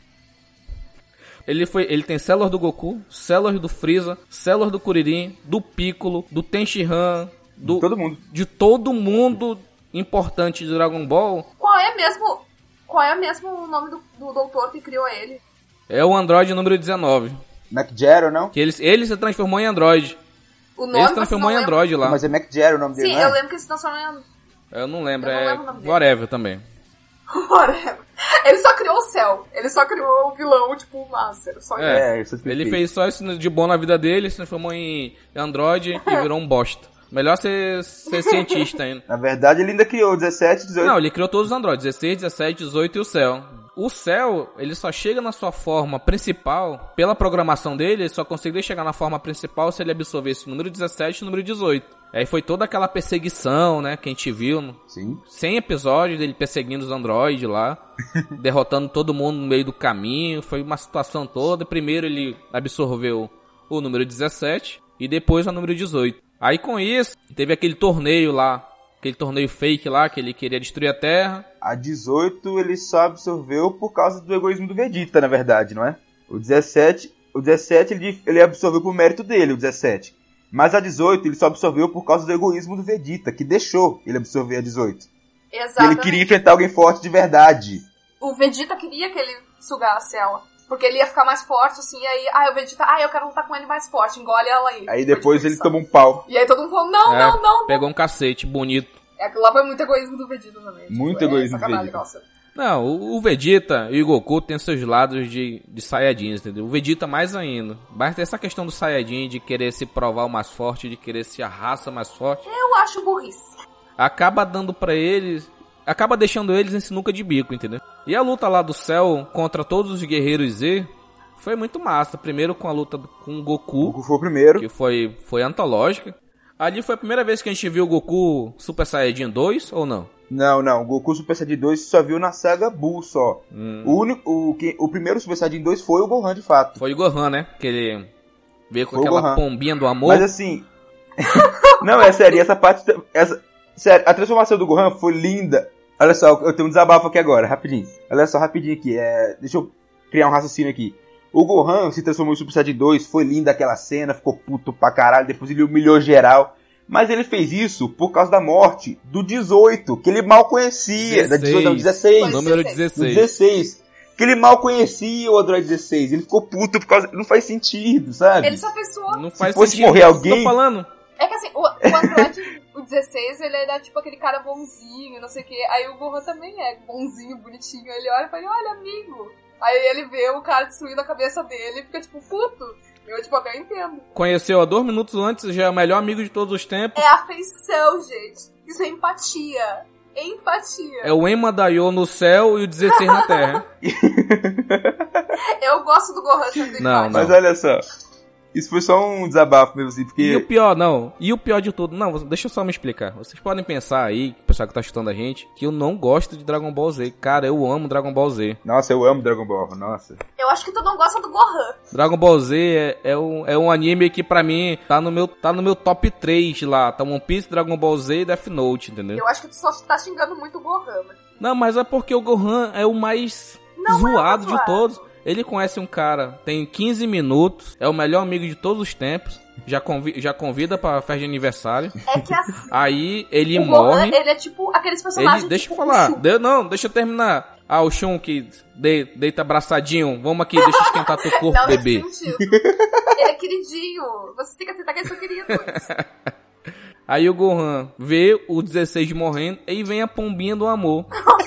Ele, foi, ele tem células do Goku, células do Freeza, células do Kuririn, do Piccolo, do Tenshinhan, do, Todo mundo. de todo mundo importante de Dragon Ball. Qual é mesmo... Qual é mesmo o nome do, do doutor que criou ele? É o Android número dezenove. MacJero, não? Que ele, ele se transformou em Android. O nome Ele se você transformou não em lembra? Android lá. Mas é MacJero o nome dele, Sim, não é? eu lembro que ele se transformou em... Eu não lembro, Eu não é lembro o nome dele. whatever também. Whatever. Ele só criou o céu. Ele só criou o vilão, tipo, o Master. Só isso. É, É, isso é ele perfeito. fez só isso de bom na vida dele, se transformou em Android e virou um bosta. Melhor ser, ser cientista ainda. Na verdade, ele ainda criou dezessete, dezoito. Não, ele criou todos os Androids, dezesseis, dezessete, dezoito e o Cell. O Cell, ele só chega na sua forma principal, pela programação dele, ele só conseguiria chegar na forma principal se ele absorvesse o número dezessete e o número dezoito. Aí foi toda aquela perseguição, né, que a gente viu, Sim. cem episódios dele perseguindo os androides lá, derrotando todo mundo no meio do caminho, foi uma situação toda. Primeiro ele absorveu o número dezessete e depois o número dezoito. Aí com isso, teve aquele torneio lá, aquele torneio fake lá, que ele queria destruir a Terra. A dezoito ele só absorveu por causa do egoísmo do Vegeta, na verdade, não é? O dezessete, o dezessete ele, ele absorveu por mérito dele, o dezessete. Mas a dezoito ele só absorveu por causa do egoísmo do Vegeta, que deixou ele absorver a dezoito. Exatamente. Ele queria enfrentar alguém forte de verdade. O Vegeta queria que ele sugasse ela. Porque ele ia ficar mais forte, assim, e aí... Ah, o Vegeta... Ah, eu quero lutar com ele mais forte. Engole ela aí. Aí depois ele toma um pau. E aí todo mundo falou, não, É, não, não, não. Pegou um cacete bonito. É, aquilo lá foi muito egoísmo do Vegeta também. Muito é, egoísmo do sacanagem, Vegeta. nossa. Não, o, o Vegeta e o Goku têm seus lados de, de Saiyajins, entendeu? O Vegeta mais ainda. Basta essa questão do Saiyajin, de querer se provar o mais forte, de querer ser a raça mais forte. Eu acho burrice. Acaba dando pra eles... Acaba deixando eles em sinuca de bico, entendeu? E a luta lá do Cell contra todos os guerreiros Z foi muito massa. Primeiro com a luta do- com o O Goku, Goku foi o primeiro. que foi, foi antológica. Ali foi a primeira vez que a gente viu o Goku Super Saiyajin dois, ou não? Não, não. O Goku Super Saiyajin dois só viu na saga Buu só. Hum. O, único, o, que, o primeiro Super Saiyajin dois foi o Gohan, de fato. Foi o Gohan, né? Que ele veio com Foi o aquela Gohan. pombinha do amor. Mas assim... não, é sério. Essa parte... Essa, sério, a transformação do Gohan foi linda. Olha só, eu tenho um desabafo aqui agora, rapidinho. Olha só, rapidinho aqui. É, deixa eu criar um raciocínio aqui. O Gohan se transformou em Super Saiyajin dois. Foi linda aquela cena. Ficou puto pra caralho. Depois ele humilhou geral. Mas ele fez isso por causa da morte do dezoito, que ele mal conhecia. Da dezoito, não, dezesseis. Foi Número dezesseis. Do dezesseis. dezesseis. Que ele mal conhecia o Android dezesseis. Ele ficou puto por causa... Não faz sentido, sabe? Ele só pensou... Não faz fosse sentido. morrer Eu alguém- Tô falando. É que assim, o, o Android, o dezesseis, ele era tipo aquele cara bonzinho, não sei o que. Aí o Gohan também é bonzinho, bonitinho. Ele olha e fala, olha, amigo. Aí ele vê o cara destruindo a cabeça dele e fica tipo, puto. Eu, tipo, até entendo. Conheceu há dois minutos antes, já é o melhor amigo de todos os tempos. É afeição, gente. Isso é empatia. Empatia. É o Enma Daioh no céu e o dezesseis na terra. Eu gosto do Gohan sendo Não, empático. Mas olha só. Isso foi só um desabafo mesmo assim, porque... E o pior, não. E o pior de tudo, não, deixa eu só me explicar. Vocês podem pensar aí, o pessoal que tá escutando a gente, que eu não gosto de Dragon Ball Z. Cara, eu amo Dragon Ball Z. Nossa, eu amo Dragon Ball, nossa. Eu acho que tu não gosta do Gohan. Dragon Ball Z é, é, um, é um anime que pra mim tá no, meu, tá no meu top três lá. Tá One Piece, Dragon Ball Z e Death Note, entendeu? Eu acho que tu só tá xingando muito o Gohan, mas... Não, mas é porque o Gohan é o mais Não zoado é de zoado. todos. Ele conhece um cara, tem quinze minutos, é o melhor amigo de todos os tempos. Já, convi já convida pra festa de aniversário. É que assim... Aí ele o morre. Gohan, ele é tipo aqueles personagens... Ele, deixa tipo, eu falar. o Shun. De, não, deixa eu terminar. Ah, o Shun que de, deita abraçadinho. Vamos aqui, deixa eu esquentar teu corpo, Não, nesse bebê. sentido. Ele é queridinho. Você tem que aceitar que eles são queridos. Aí o Gohan vê o dezesseis morrendo e vem a pombinha do amor.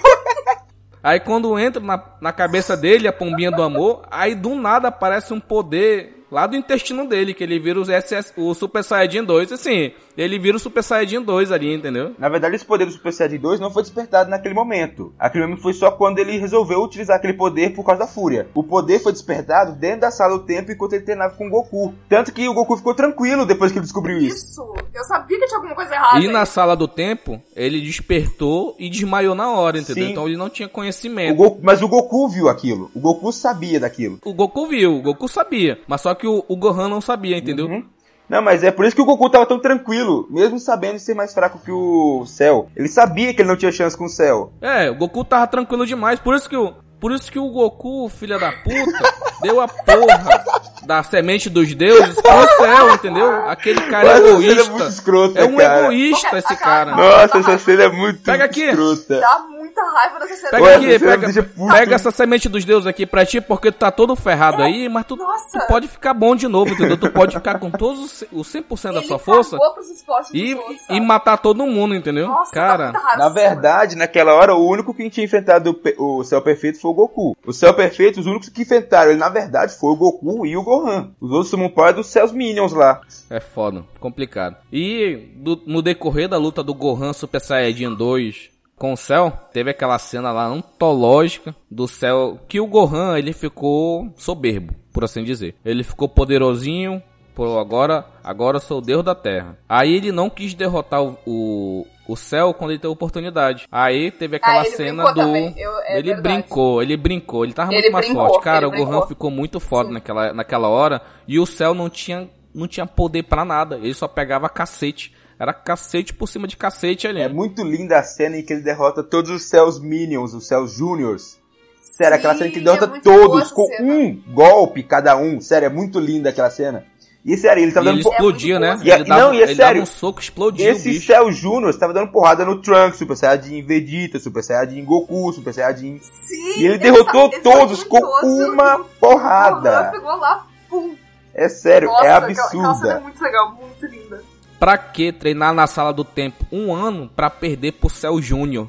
Aí quando entra na, na cabeça dele a pombinha do amor, aí do nada aparece um poder lá do intestino dele, que ele vira os S S, o Super Saiyajin dois. Assim, ele vira o Super Saiyajin dois ali, entendeu? Na verdade, esse poder do Super Saiyajin dois não foi despertado naquele momento. Aquele momento foi só quando ele resolveu utilizar aquele poder por causa da fúria. O poder foi despertado dentro da sala do tempo enquanto ele treinava com o Goku. Tanto que o Goku ficou tranquilo depois que ele descobriu isso. Isso. Eu sabia que tinha alguma coisa errada. E na aí. sala do tempo, ele despertou e desmaiou na hora, entendeu? Sim. Então ele não tinha O conhecimento. Goku, mas o Goku viu aquilo. O Goku sabia daquilo. O Goku viu, o Goku sabia. Mas só que o, o Gohan não sabia, entendeu? Uhum. Não, mas é por isso que o Goku tava tão tranquilo, mesmo sabendo ser mais fraco que o Cell. Ele sabia que ele não tinha chance com o Cell. É, o Goku tava tranquilo demais. Por isso que o, por isso que o Goku, filha da puta, deu a porra da semente dos deuses pro Cell, entendeu? Aquele cara Nossa, egoísta. essa cena é muito escrota, É um cara. egoísta esse cara. Nossa, essa cena é muito Pega aqui. escrota. Dá muita raiva dessa cena. Pega Ué, aqui, você pega, me deixa puto. pega essa semente dos deuses aqui pra ti, porque tu tá todo ferrado aí, mas tu, Nossa. tu pode ficar bom de novo, entendeu? Tu pode ficar com todos os- o cem por cento da Ele sua força cagou pros esforços e, dos outros, e sabe? matar todo mundo, entendeu? Nossa, dá Cara, muita raiva Na dessa cena. verdade, naquela hora, o único que tinha enfrentado o, Pe- o Cell Perfeito foi o Goku. O Cell Perfeito, os únicos que enfrentaram ele, na verdade, foi o Goku e o Gohan. Os outros Summon Power dos Cells Minions lá. é foda, complicado. E do- no decorrer da luta do Gohan Super Saiyajin dois com o Cell, teve aquela cena lá antológica do Cell, que o Gohan, ele ficou soberbo, por assim dizer. Ele ficou poderosinho, pô, agora, agora eu sou o Deus da Terra. Aí ele não quis derrotar o, o, o Cell quando ele teve oportunidade. Aí teve aquela Ah, ele cena brincou do... também, eu- é ele verdade. brincou, ele brincou, ele tava Ele muito mais brincou, forte. Cara, ele o Gohan brincou. ficou muito foda Sim. naquela, naquela hora. E o Cell não tinha, não tinha poder pra nada. Ele só pegava cacete. Era cacete por cima de cacete ali. É muito linda a cena em que ele derrota todos os Cells Minions, os Cells Juniors. Sério, aquela Sim, cena que ele derrota é muito boa todos essa com cena. um golpe cada um. Sério, é muito linda aquela cena. E sério, ele tava E ele dando... po- explodia, né? muito boa. Ele dava, Não, e é ele dava sério, um soco e explodia o Esse bicho. Cell Juniors tava dando porrada no Trunks, Super Saiyajin Vegeta, Super Saiyajin Goku, Super Saiyajin... Sim, E ele derrotou ele todos derrotou com todos. uma O Gohan porrada. pegou lá, pum. É sério, Nossa, é aquela- aquela cena é absurda. muito legal, muito linda. Pra que treinar na sala do tempo um ano pra perder pro Cell Júnior?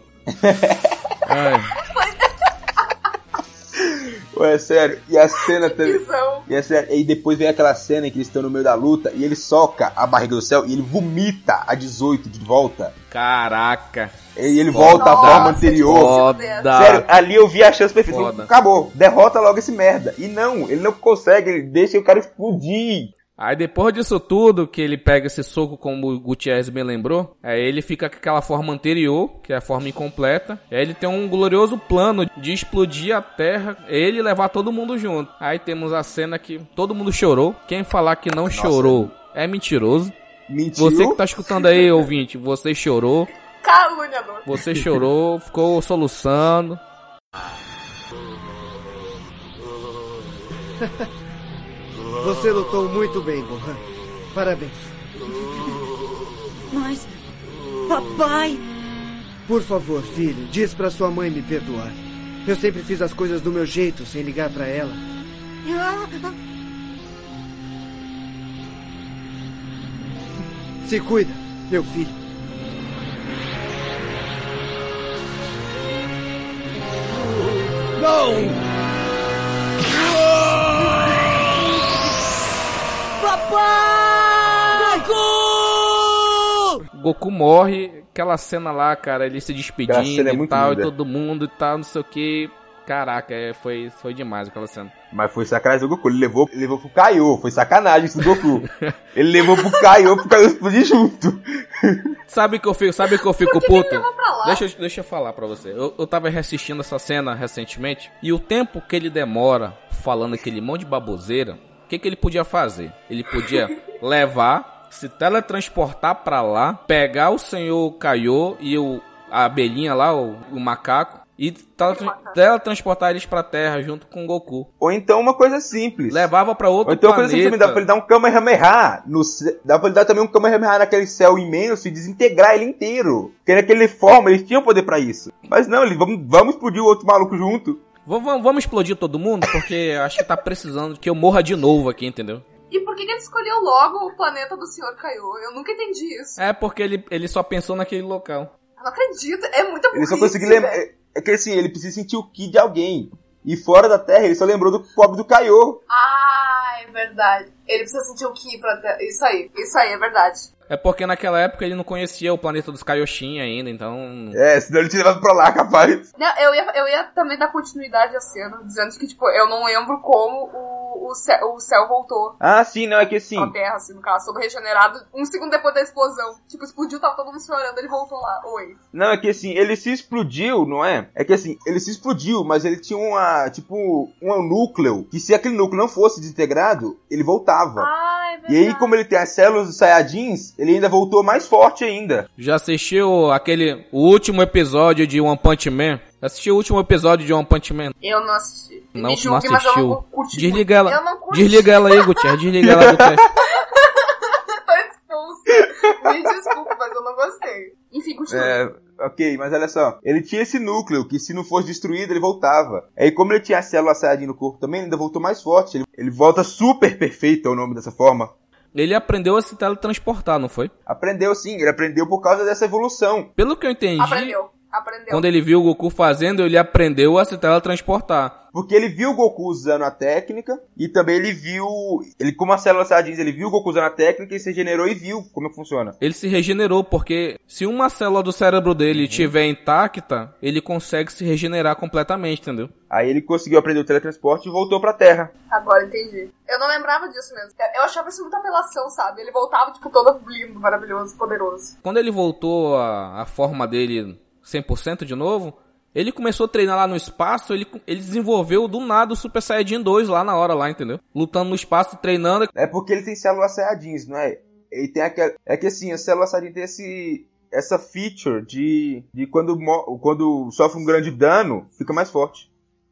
Ai, Ué, é sério, e a cena também... Visão. E, é sério, e depois vem aquela cena em que eles estão no meio da luta e ele soca a barriga do Cell e ele vomita a dezoito de volta. caraca. E ele Foda. volta à Nossa, forma anterior. Foda. Sério, ali eu vi a chance perfeita. Foda. Acabou, derrota logo esse merda. E não, ele não consegue, ele deixa o cara explodir. Aí depois disso tudo, que ele pega esse soco, como o Gutierrez me lembrou, aí ele fica com aquela forma anterior, que é a forma incompleta. Aí ele tem um glorioso plano de explodir a Terra, ele levar todo mundo junto. Aí temos a cena que todo mundo chorou. Quem falar que não chorou é mentiroso. Mentiu. Você que tá escutando aí, ouvinte, você chorou. Caluniador. Você chorou, ficou soluçando. Você lutou muito bem, Gohan. Parabéns. Mas... Papai... Por favor, filho, diz pra sua mãe me perdoar. Eu sempre fiz as coisas do meu jeito, sem ligar pra ela. Se cuida, meu filho. Não! Papai! Goku! Goku morre, aquela cena lá, cara, ele se Aquela despedindo cena é e muito tal, linda. e todo mundo e tal, não sei o que. Caraca, é, foi, foi demais aquela cena. Mas foi sacanagem do Goku. Ele levou, ele levou pro Kaiô. Foi sacanagem isso do Goku. Ele levou pro Kaiô, pro Kaiô explodir junto. Sabe que eu fico, sabe que eu fico que puto? que ele levou pra lá? Deixa, eu- deixa eu falar pra você. Eu, eu tava reassistindo essa cena recentemente. E o tempo que ele demora falando aquele monte de baboseira, o que, que ele podia fazer? Ele podia levar, se teletransportar pra lá, pegar o senhor Kaiô e o, a abelhinha lá, o, o macaco, e tele- teletransportar eles pra Terra junto com o Goku. Ou então uma coisa simples. Levava pra outro Ou então uma coisa simples, planeta. dá pra ele dar um Kamehameha. No, ce- dá pra ele dar também um Kamehameha naquele céu imenso e desintegrar ele inteiro. Porque naquele forma eles tinham poder pra isso. Mas não, eles vamos, vamos explodir o outro maluco junto. Vamos, vamos- vamos explodir todo mundo? Porque acho que tá precisando que eu morra de novo aqui, entendeu? E por que, que ele escolheu logo o planeta do senhor Kaiô? Eu nunca entendi isso. É porque ele, ele só pensou naquele local. Eu não acredito, é muita Ele só burrice, conseguiu lembrar. velho. É, é que assim, ele precisa sentir o ki de alguém. E fora da Terra, ele só lembrou do pobre do Kaiô. Ah, é verdade. Ele precisa sentir o Ki pra ter... Isso aí, isso aí, é verdade. É porque naquela época ele não conhecia o planeta dos Kaioshin ainda, então... É, senão ele tinha levado pra lá, capaz. Não, eu ia, eu ia também dar continuidade à cena, dizendo que, tipo, eu não lembro como o, o, céu, o céu voltou Ah, sim, não, é que assim... à Terra, assim, no caso, todo regenerado, um segundo depois da explosão. Tipo, explodiu, tava todo mundo chorando, ele voltou lá. Oi. Não, é que assim, ele se explodiu, não é? É que assim, ele se explodiu, mas ele tinha uma, tipo, um núcleo, que se aquele núcleo não fosse desintegrado, ele voltava. Ah, é verdade. E aí, como ele tem as células dos Saiyajins, ele ainda voltou mais forte ainda. Já assistiu aquele... O último episódio de One Punch Man? Assistiu o último episódio de One Punch Man? Eu não assisti. Não, Me não julgue, mas eu assistiu. não curti Desliga muito. ela. Eu não curti. Desliga ela aí, Gutierrez. Desliga ela do teste. Tô expulsa. Me desculpa, mas eu não gostei. Enfim, continua. É, ok, mas olha só. Ele tinha esse núcleo, que se não fosse destruído, ele voltava. Aí, como ele tinha a célula Saiyajin no corpo também, ele ainda voltou mais forte. Ele, ele volta super perfeito, é o nome dessa forma. Ele aprendeu a se teletransportar, não foi? Aprendeu sim, ele aprendeu por causa dessa evolução. Pelo que eu entendi, Aprendeu, aprendeu. quando ele viu o Goku fazendo, ele aprendeu a se teletransportar. Porque ele viu o Goku usando a técnica, e também ele viu, ele como a célula Saiyajin, ele viu o Goku usando a técnica e se regenerou e viu como é que funciona. Ele se regenerou, porque se uma célula do cérebro dele Uhum. estiver intacta, ele consegue se regenerar completamente, entendeu? Aí ele conseguiu aprender o teletransporte e voltou pra Terra. Agora entendi. Eu não lembrava disso mesmo. Eu achava isso muita apelação, sabe? Ele voltava, tipo, todo lindo, maravilhoso, poderoso. Quando ele voltou à, à forma dele cem por cento de novo, ele começou a treinar lá no espaço, ele, ele desenvolveu do nada o Super Saiyajin dois lá na hora, lá, entendeu? Lutando no espaço, treinando. É porque ele tem células Saiyajins, não é? Ele tem aquela... É que assim, a célula Saiyajin tem esse... essa feature de, de quando, mo- quando sofre um grande dano, fica mais forte.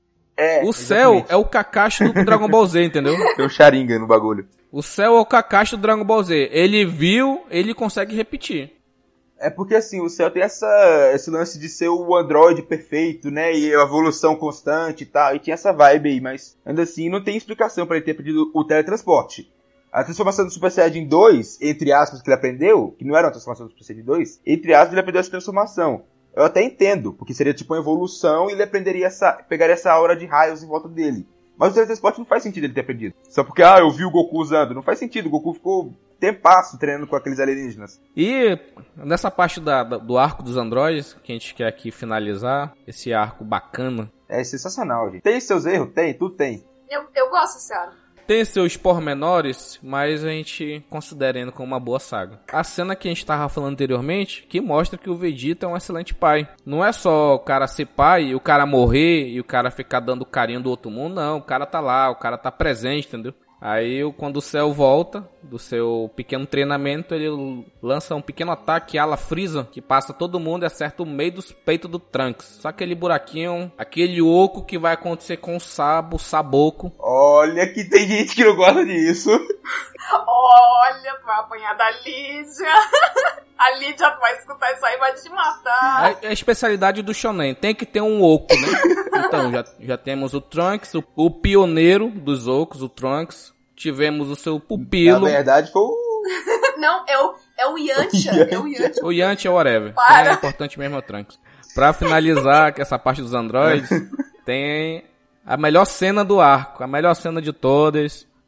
É, O Cell exatamente. é o Kakashi do Dragon Ball Z, entendeu? Tem um Sharingan no bagulho. O Cell é o Kakashi do Dragon Ball Z. Ele viu, ele consegue repetir. É porque assim, o Cell tem essa, esse lance de ser o androide perfeito, né? E a evolução constante e tal. E tinha essa vibe aí, mas ainda assim não tem explicação pra ele ter pedido o teletransporte. A transformação do Super Saiyajin dois, entre aspas, que ele aprendeu, que não era uma transformação do Super Saiyajin dois, entre aspas, ele aprendeu essa transformação. Eu até entendo, porque seria tipo uma evolução e ele aprenderia essa, pegaria essa aura de raios em volta dele. Mas o teletransporte não faz sentido ele ter aprendido. Só porque, ah, eu vi o Goku usando. Não faz sentido, o Goku ficou tempasso treinando com aqueles alienígenas. E nessa parte da, da- do arco dos androides, que a gente quer aqui finalizar, esse arco bacana, É sensacional, gente. Tem seus erros? Tem, tudo tem. Eu, eu gosto desse arco. tem seus pormenores, mas a gente considera ainda como uma boa saga. A cena que a gente tava falando anteriormente, que mostra que o Vegeta é um excelente pai. Não é só o cara ser pai e o cara morrer e o cara ficar dando carinho do outro mundo, não. O cara tá lá, o cara tá presente, entendeu? Aí, quando o Cell volta do seu pequeno treinamento, ele lança um pequeno ataque ala Freeza, que passa todo mundo e acerta o meio dos peitos do Trunks. Só aquele buraquinho, aquele oco que vai acontecer com o Sabo, o Saboco. Olha que tem gente que não gosta disso. Olha, tu vai apanhar da Lídia. A Lídia vai escutar isso aí e vai te matar. É a especialidade do Shonen, tem que ter um oco, né? Então, já, já temos o Trunks, o, o pioneiro dos ocos, o Trunks. Tivemos o seu pupilo. Na verdade, foi o... Não, é o, é o Yantia. É o Yantia. O Yantia é whatever. Para. É importante mesmo é o Trunks. Pra finalizar essa parte dos androides, tem a melhor cena do arco, a melhor cena de todas.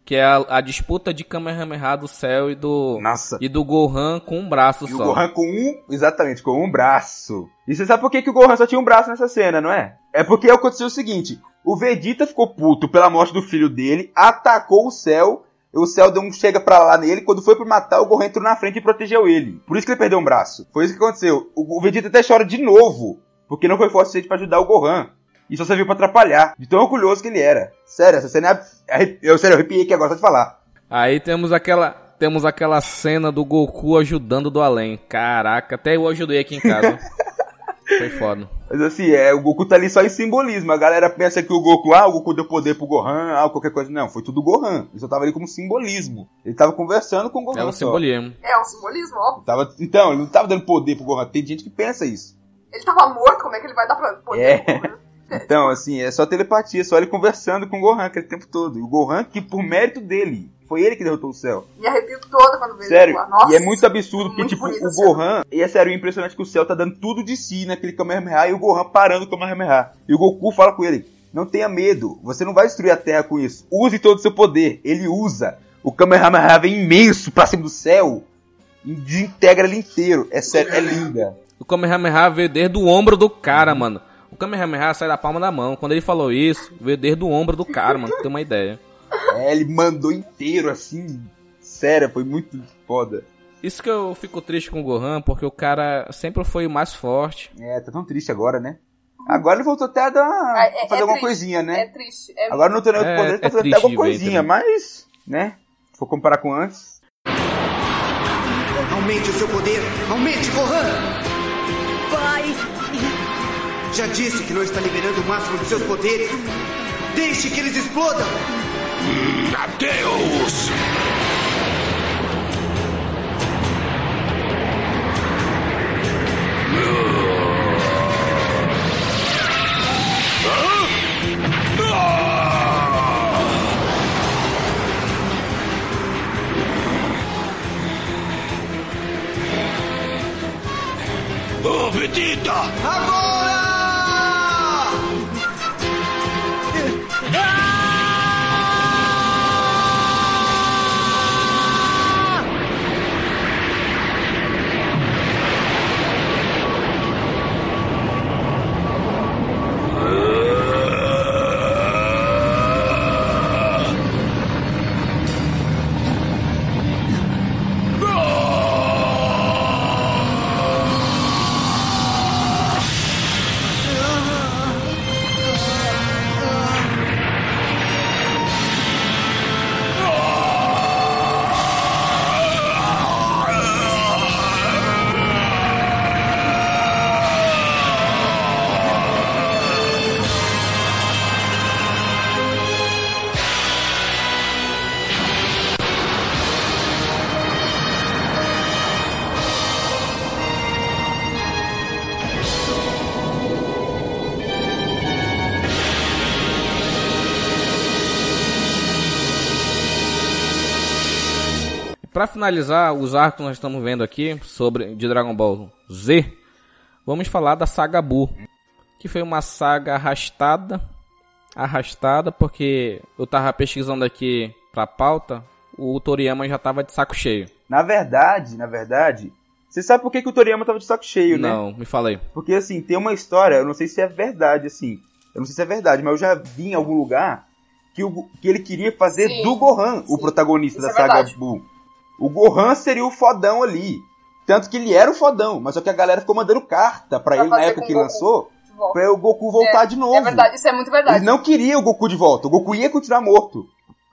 Que é a, a disputa de Kamehameha do Cell e do... Nossa. E do Gohan com um braço e só. E o Gohan com um... Exatamente, com um braço. E você sabe por que, que o Gohan só tinha um braço nessa cena, não é? É porque aconteceu o seguinte. O Vegeta ficou puto pela morte do filho dele, atacou o Cell... O Cell deu um chega pra lá nele, quando foi pra matar, o Gohan entrou na frente e protegeu ele. Por isso que ele perdeu um braço. Foi isso que aconteceu. O, o Vegeta até chora de novo, porque não foi forte o suficiente pra ajudar o Gohan. E só serviu pra atrapalhar, de tão orgulhoso que ele era. Sério, essa cena é... Eu, sério, eu arrepiei aqui agora só de falar. Aí temos aquela... Temos aquela cena do Goku ajudando do além. Caraca, até eu ajudei aqui em casa. Foi foda. Mas assim, é, o Goku tá ali só em simbolismo. A galera pensa que o Goku, ah, o Goku deu poder pro Gohan, ah, qualquer coisa. Não, foi tudo o Gohan. Ele só tava ali como simbolismo. Ele tava conversando com o Gohan. É um só. simbolismo. É um simbolismo, óbvio. Tava, então, ele não tava dando poder pro Gohan. Tem gente que pensa isso. Ele tava morto, como é que ele vai dar pra poder é. pro Gohan? Então, assim, é só telepatia, só ele conversando com o Gohan aquele tempo todo. E o Gohan, que por mérito dele, foi ele que derrotou o Cell. Me arrepio toda quando vejo sério, ele. Nossa, e é muito absurdo, porque, tipo, bonito, o Gohan... E é sério, é impressionante que o Cell tá dando tudo de si naquele Kamehameha e o Gohan parando o Kamehameha. E o Goku fala com ele, não tenha medo, você não vai destruir a Terra com isso. Use todo o seu poder. Ele usa. O Kamehameha vem imenso pra cima do Cell e desintegra ele inteiro. É sério, é linda. O Kamehameha veio desde o ombro do cara, mano. O Kamehameha sai da palma da mão. Quando ele falou isso, veio desde o ombro do cara, mano. Pra ter uma ideia. É, ele mandou inteiro, assim. Sério, foi muito foda. Isso que eu fico triste com o Gohan, porque o cara sempre foi o mais forte. É, tá tão triste agora, né? Agora ele voltou até a dar, é, é, fazer é alguma triste, coisinha, né? É triste. É agora não tem outro é, poder, ele tá é fazendo até alguma ver, coisinha, mas, né? Se for comparar com antes. Aumente o seu poder! Aumente, Gohan! Pai! Já disse que não está liberando o máximo dos seus poderes. Deixe que eles explodam! Hum, adeus! Oh, Vegeta! Agora! Pra finalizar os arcos que nós estamos vendo aqui sobre de Dragon Ball Z, vamos falar da saga Buu, que foi uma saga arrastada, arrastada porque eu tava pesquisando aqui pra pauta, o Toriyama já tava de saco cheio. Na verdade, na verdade, você sabe por que, que o Toriyama tava de saco cheio, né? Não, me fala aí. Porque assim, tem uma história, eu não sei se é verdade, assim, eu não sei se é verdade, mas eu já vi em algum lugar que, o, que ele queria fazer sim, do Gohan sim. o protagonista Isso da é saga verdade. Buu. O Gohan seria o fodão ali. Tanto que ele era o fodão, mas só que a galera ficou mandando carta pra, Pra ele na fazer época com que o Goku lançou, de volta. pra o Goku voltar é, de novo. É verdade, isso é muito verdade. Eles não queriam o Goku de volta, o Goku ia continuar morto.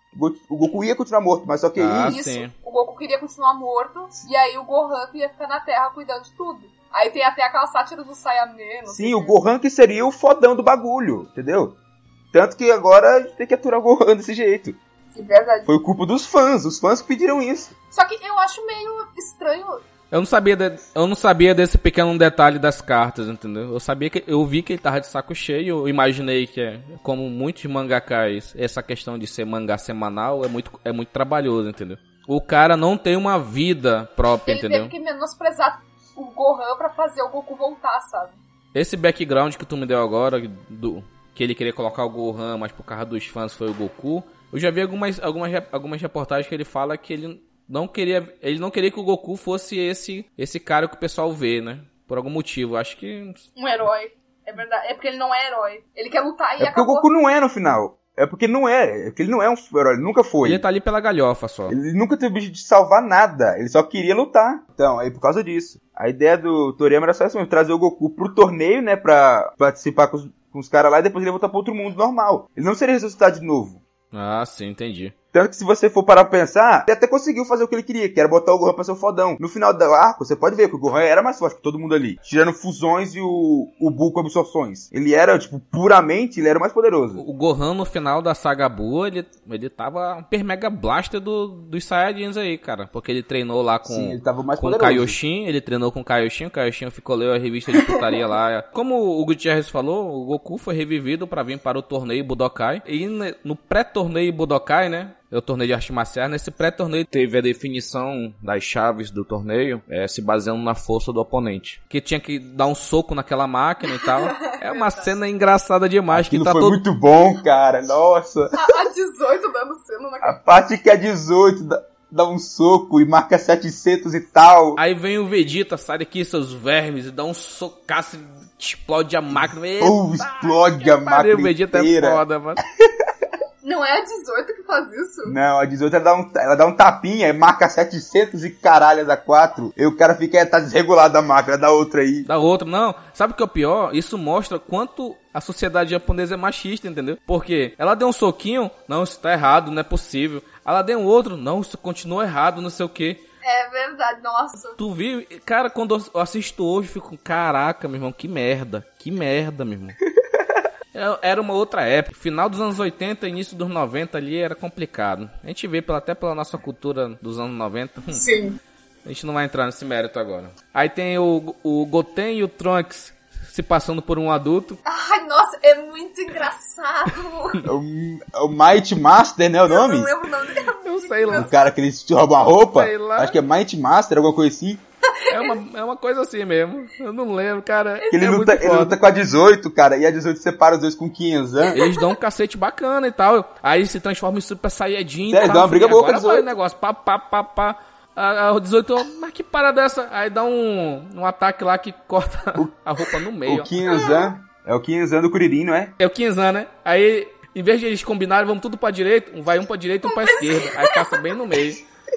O Goku ia continuar morto, mas só que Ah, isso... Isso, sim. o Goku queria continuar morto, e aí o Gohan ia ficar na Terra cuidando de tudo. Aí tem até aquela sátira do Saiyaman, não sei Sim, o quê. Gohan que seria o fodão do bagulho, entendeu? Tanto que agora a gente tem que aturar o Gohan desse jeito. De verdade. Foi culpa dos fãs, os fãs que pediram isso. Só que eu acho meio estranho. Eu não sabia, de, eu não sabia desse pequeno detalhe das cartas, entendeu? Eu sabia que eu vi que ele tava de saco cheio, eu imaginei que é, como muitos mangakás, essa questão de ser mangá semanal é muito é muito trabalhoso, entendeu? O cara não tem uma vida própria, Ele entendeu? teve que menosprezar o Gohan pra fazer o Goku voltar, sabe? Esse background que tu me deu agora, do, que ele queria colocar o Gohan, mas por causa dos fãs foi o Goku, Eu já vi algumas, algumas, algumas reportagens que ele fala que ele não queria, ele não queria que o Goku fosse esse, esse cara que o pessoal vê, né? Por algum motivo, acho que... Um herói. É verdade. É porque ele não é herói. Ele quer lutar e É porque acabou. o Goku não é no final. É porque não é. É porque ele não é um herói. Ele nunca foi. Ele tá ali pela galhofa só. Ele nunca teve bicho de salvar nada. Ele só queria lutar. Então, aí por causa disso. A ideia do Toriyama era só assim, trazer o Goku pro torneio, né? Pra participar com os, com os caras lá e depois ele voltar pro outro mundo normal. Ele não seria ressuscitado de novo. Ah, sim, entendi. Tanto que se você for parar pra pensar, ele até conseguiu fazer o que ele queria, que era botar o Gohan pra ser o fodão. No final do arco, você pode ver que o Gohan era mais forte que todo mundo ali. Tirando fusões e o, o Buu com absorções. Ele era, tipo, puramente, ele era o mais poderoso. O Gohan no final da saga Buu, ele, ele tava um per mega blaster do, dos Saiyajins aí, cara. Porque ele treinou lá com, Sim, ele tava mais com o poderoso. Kaioshin, ele treinou com o Kaioshin, o Kaioshin ficou lendo a revista de putaria lá. Como o Gutierrez falou, o Goku foi revivido pra vir para o torneio Budokai. E no pré-torneio Budokai, né? É o torneio de artes marciais. Nesse pré-torneio teve a definição das chaves do torneio, é, se baseando na força do oponente. Que tinha que dar um soco naquela máquina e tal. É uma cena engraçada demais. Aquilo que tá foi todo... muito bom, cara. Nossa. A, a dezoito dando cena na A parte que é dezoito dá, dá um soco e marca setecentos e tal. Aí vem o Vegeta, sai daqui seus vermes, e dá um socaço e explode a máquina. Ou explode a máquina O Vegeta inteira. é foda, mano. Não é a dezoito que faz isso? Não, a dezoito ela dá um, ela dá um tapinha e marca setecentos e caralhas a quatro. E o cara fica, tá desregulado a máquina, dá outra aí. Da outra, não. Sabe o que é o pior? Isso mostra quanto a sociedade japonesa é machista, entendeu? Porque ela deu um soquinho, não, isso tá errado, não é possível. Ela deu um outro, não, isso continua errado, não sei o quê. É verdade, nossa. Tu viu? Cara, quando eu assisto hoje, eu fico, caraca, meu irmão, que merda. Que merda, meu irmão. Era uma outra época. Final dos anos oitenta, início dos noventa ali era complicado. A gente vê pela, até pela nossa cultura dos anos noventa. Hum, Sim. A gente não vai entrar nesse mérito agora. Aí tem o, o Goten e o Trunks se passando por um adulto. Ai, nossa, é muito engraçado. É o, é o Might Master, né, o nome? Eu não lembro o nome dele. Eu sei lá. O cara que eles roubam a roupa. Sei lá. Acho que é Might Master, alguma coisa assim. É uma, é uma coisa assim mesmo. Eu não lembro, cara. Ele, é luta, ele luta com a dezoito, cara. E a dezoito separa os dois com quinhentos anos. Eles dão um cacete bacana e tal. Aí se transforma em Super Saiyajin. Sério, tá, dá uma briga boa com a agora vai dezoito. o negócio. Pá, pá, pá, pá. A, a dezoito, mas que parada dessa? Aí dá um, um ataque lá que corta o, a roupa no meio. O Kinzan. É o Kinzan do Kuririn, não é? É o Kinzan, né? Aí, em vez de eles combinarem, vamos tudo pra direita. Um vai um pra direita e um pra esquerda. Aí passa bem no meio.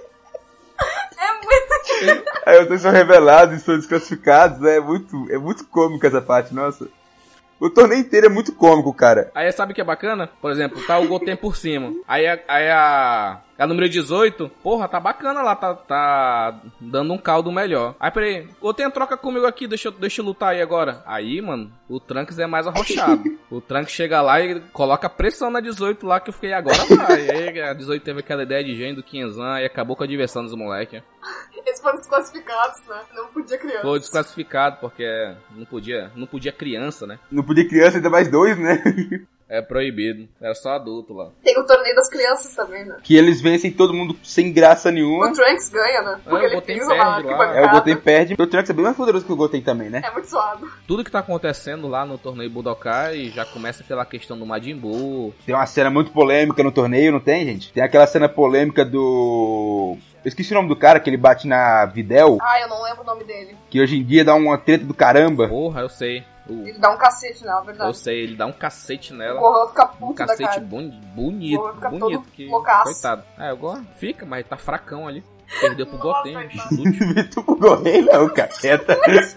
É muito... Aí os dois são revelados e são desclassificados. É muito, é muito cômico essa parte, nossa. O torneio inteiro é muito cômico, cara. Aí sabe o que é bacana? Por exemplo, tá o Goten por cima. Aí, a, aí a, a número dezoito, porra, tá bacana lá, tá, tá dando um caldo melhor. Aí peraí, Goten troca comigo aqui, deixa, deixa eu lutar aí agora. Aí, mano, o Trunks é mais arrochado. O Trunks chega lá e coloca pressão na dezoito lá que eu fiquei, agora vai. Aí a dezoito teve aquela ideia de gênio do Kinzan e acabou com a diversão dos moleques. Eles foram desclassificados, né? Não podia criança. Foi desclassificado porque não podia, não podia criança, né? Não podia criança, ainda mais dois, né? É proibido. Era só adulto lá. Tem o torneio das crianças também, né? Que eles vencem todo mundo sem graça nenhuma. O Trunks ganha, né? Porque É, ele Goten pisa perde lá, lá. que bancada. É, o Goten perde. O Trunks é bem mais poderoso que o Goten também, né? É muito suado. Tudo que tá acontecendo lá no torneio Budokai já começa pela questão do Majin Buu. Tem uma cena muito polêmica no torneio, não tem, gente? Tem aquela cena polêmica do... Eu esqueci o nome do cara, que ele bate na Videl. Ah, eu não lembro o nome dele. Que hoje em dia dá uma treta do caramba. Porra, eu sei. O... Ele dá um cacete nela, é verdade. Eu sei, ele dá um cacete nela. O Gohan fica puto um da cacete cara. bon... bonito, O Gohan fica bonito. todo Que... loucaço. Coitado. É, o Gohan fica, mas tá fracão ali. Perdeu pro Nossa, Goten, bicho coitado. inútil. O Goten não, caceta.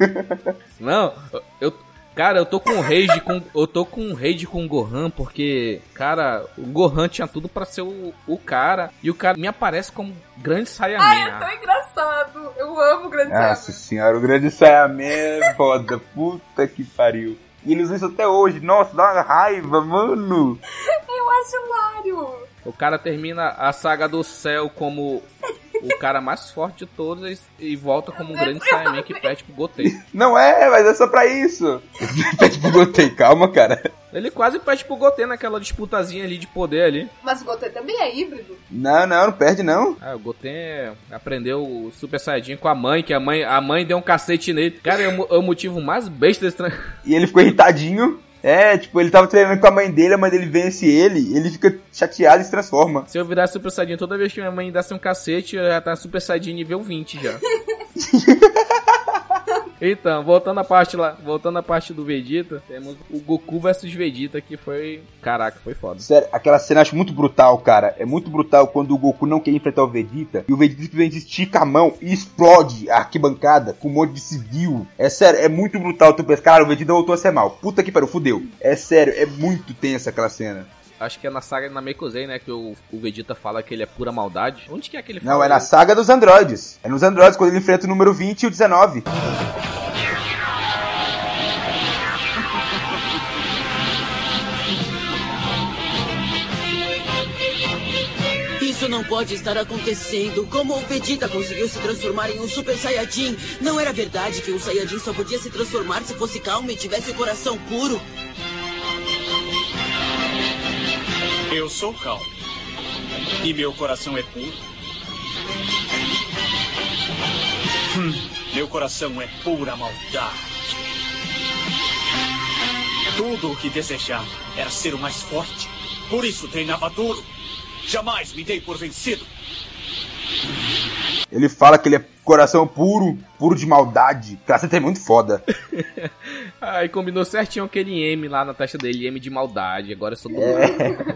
Não, eu... Cara, eu tô com rage com eu tô com rage com o Gohan porque, cara, o Gohan tinha tudo pra ser o, o cara e o cara me aparece como grande Saiyaman. Ai, é tão engraçado. Eu amo o grande Nossa Saiyaman. senhora, o grande Saiyaman é foda. Puta que pariu. E eles usam isso até hoje. Nossa, dá uma raiva, mano. Eu acho hilário. O cara termina a saga do céu como o cara mais forte de todos e volta como um grande Saiyaman que perde pro Goten. Não é, mas é só pra isso. Pede pro Goten, calma, cara. Ele quase perde pro Goten naquela disputazinha ali de poder ali. Mas o Goten também é híbrido. Não, não, não perde não. Ah, o Goten aprendeu o Super Saiyajin com a mãe, que a mãe, a mãe deu um cacete nele. Cara, é o, é o motivo mais besta desse... E ele ficou irritadinho. É, tipo, ele tava treinando com a mãe dele, a mãe dele vence ele, ele fica chateado e se transforma. Se eu virasse Super Saiyajin toda vez que minha mãe desse um cacete, eu já tá Super Saiyajin nível vinte já. Então, voltando à parte lá, voltando à parte do Vegeta, temos o Goku versus Vegeta, que foi, caraca, foi foda. Sério, aquela cena eu acho muito brutal, cara. É muito brutal quando o Goku não quer enfrentar o Vegeta e o Vegeta simplesmente estica a mão e explode a arquibancada com um monte de civil. É sério, é muito brutal. Tu pensa, cara, o Vegeta voltou a ser mal. Puta que pariu, fudeu. É sério, é muito tensa aquela cena. Acho que é na saga Namekusei, né, que o, o Vegeta fala que ele é pura maldade. Onde que é que ele fala? Não, é na saga dos androides. É nos androides, quando ele enfrenta o número vinte e o dezenove. Isso não pode estar acontecendo. Como o Vegeta conseguiu se transformar em um Super Saiyajin? Não era verdade que um Saiyajin só podia se transformar se fosse calmo e tivesse o coração puro? Eu sou calmo. E meu coração é puro. Hum, meu coração é pura maldade. Tudo o que desejava era ser o mais forte. Por isso treinava duro. Jamais me dei por vencido. Ele fala que ele é coração puro, puro de maldade. Cara, você é muito foda. Aí combinou certinho aquele M lá na testa dele, M de maldade. Agora eu sou do é.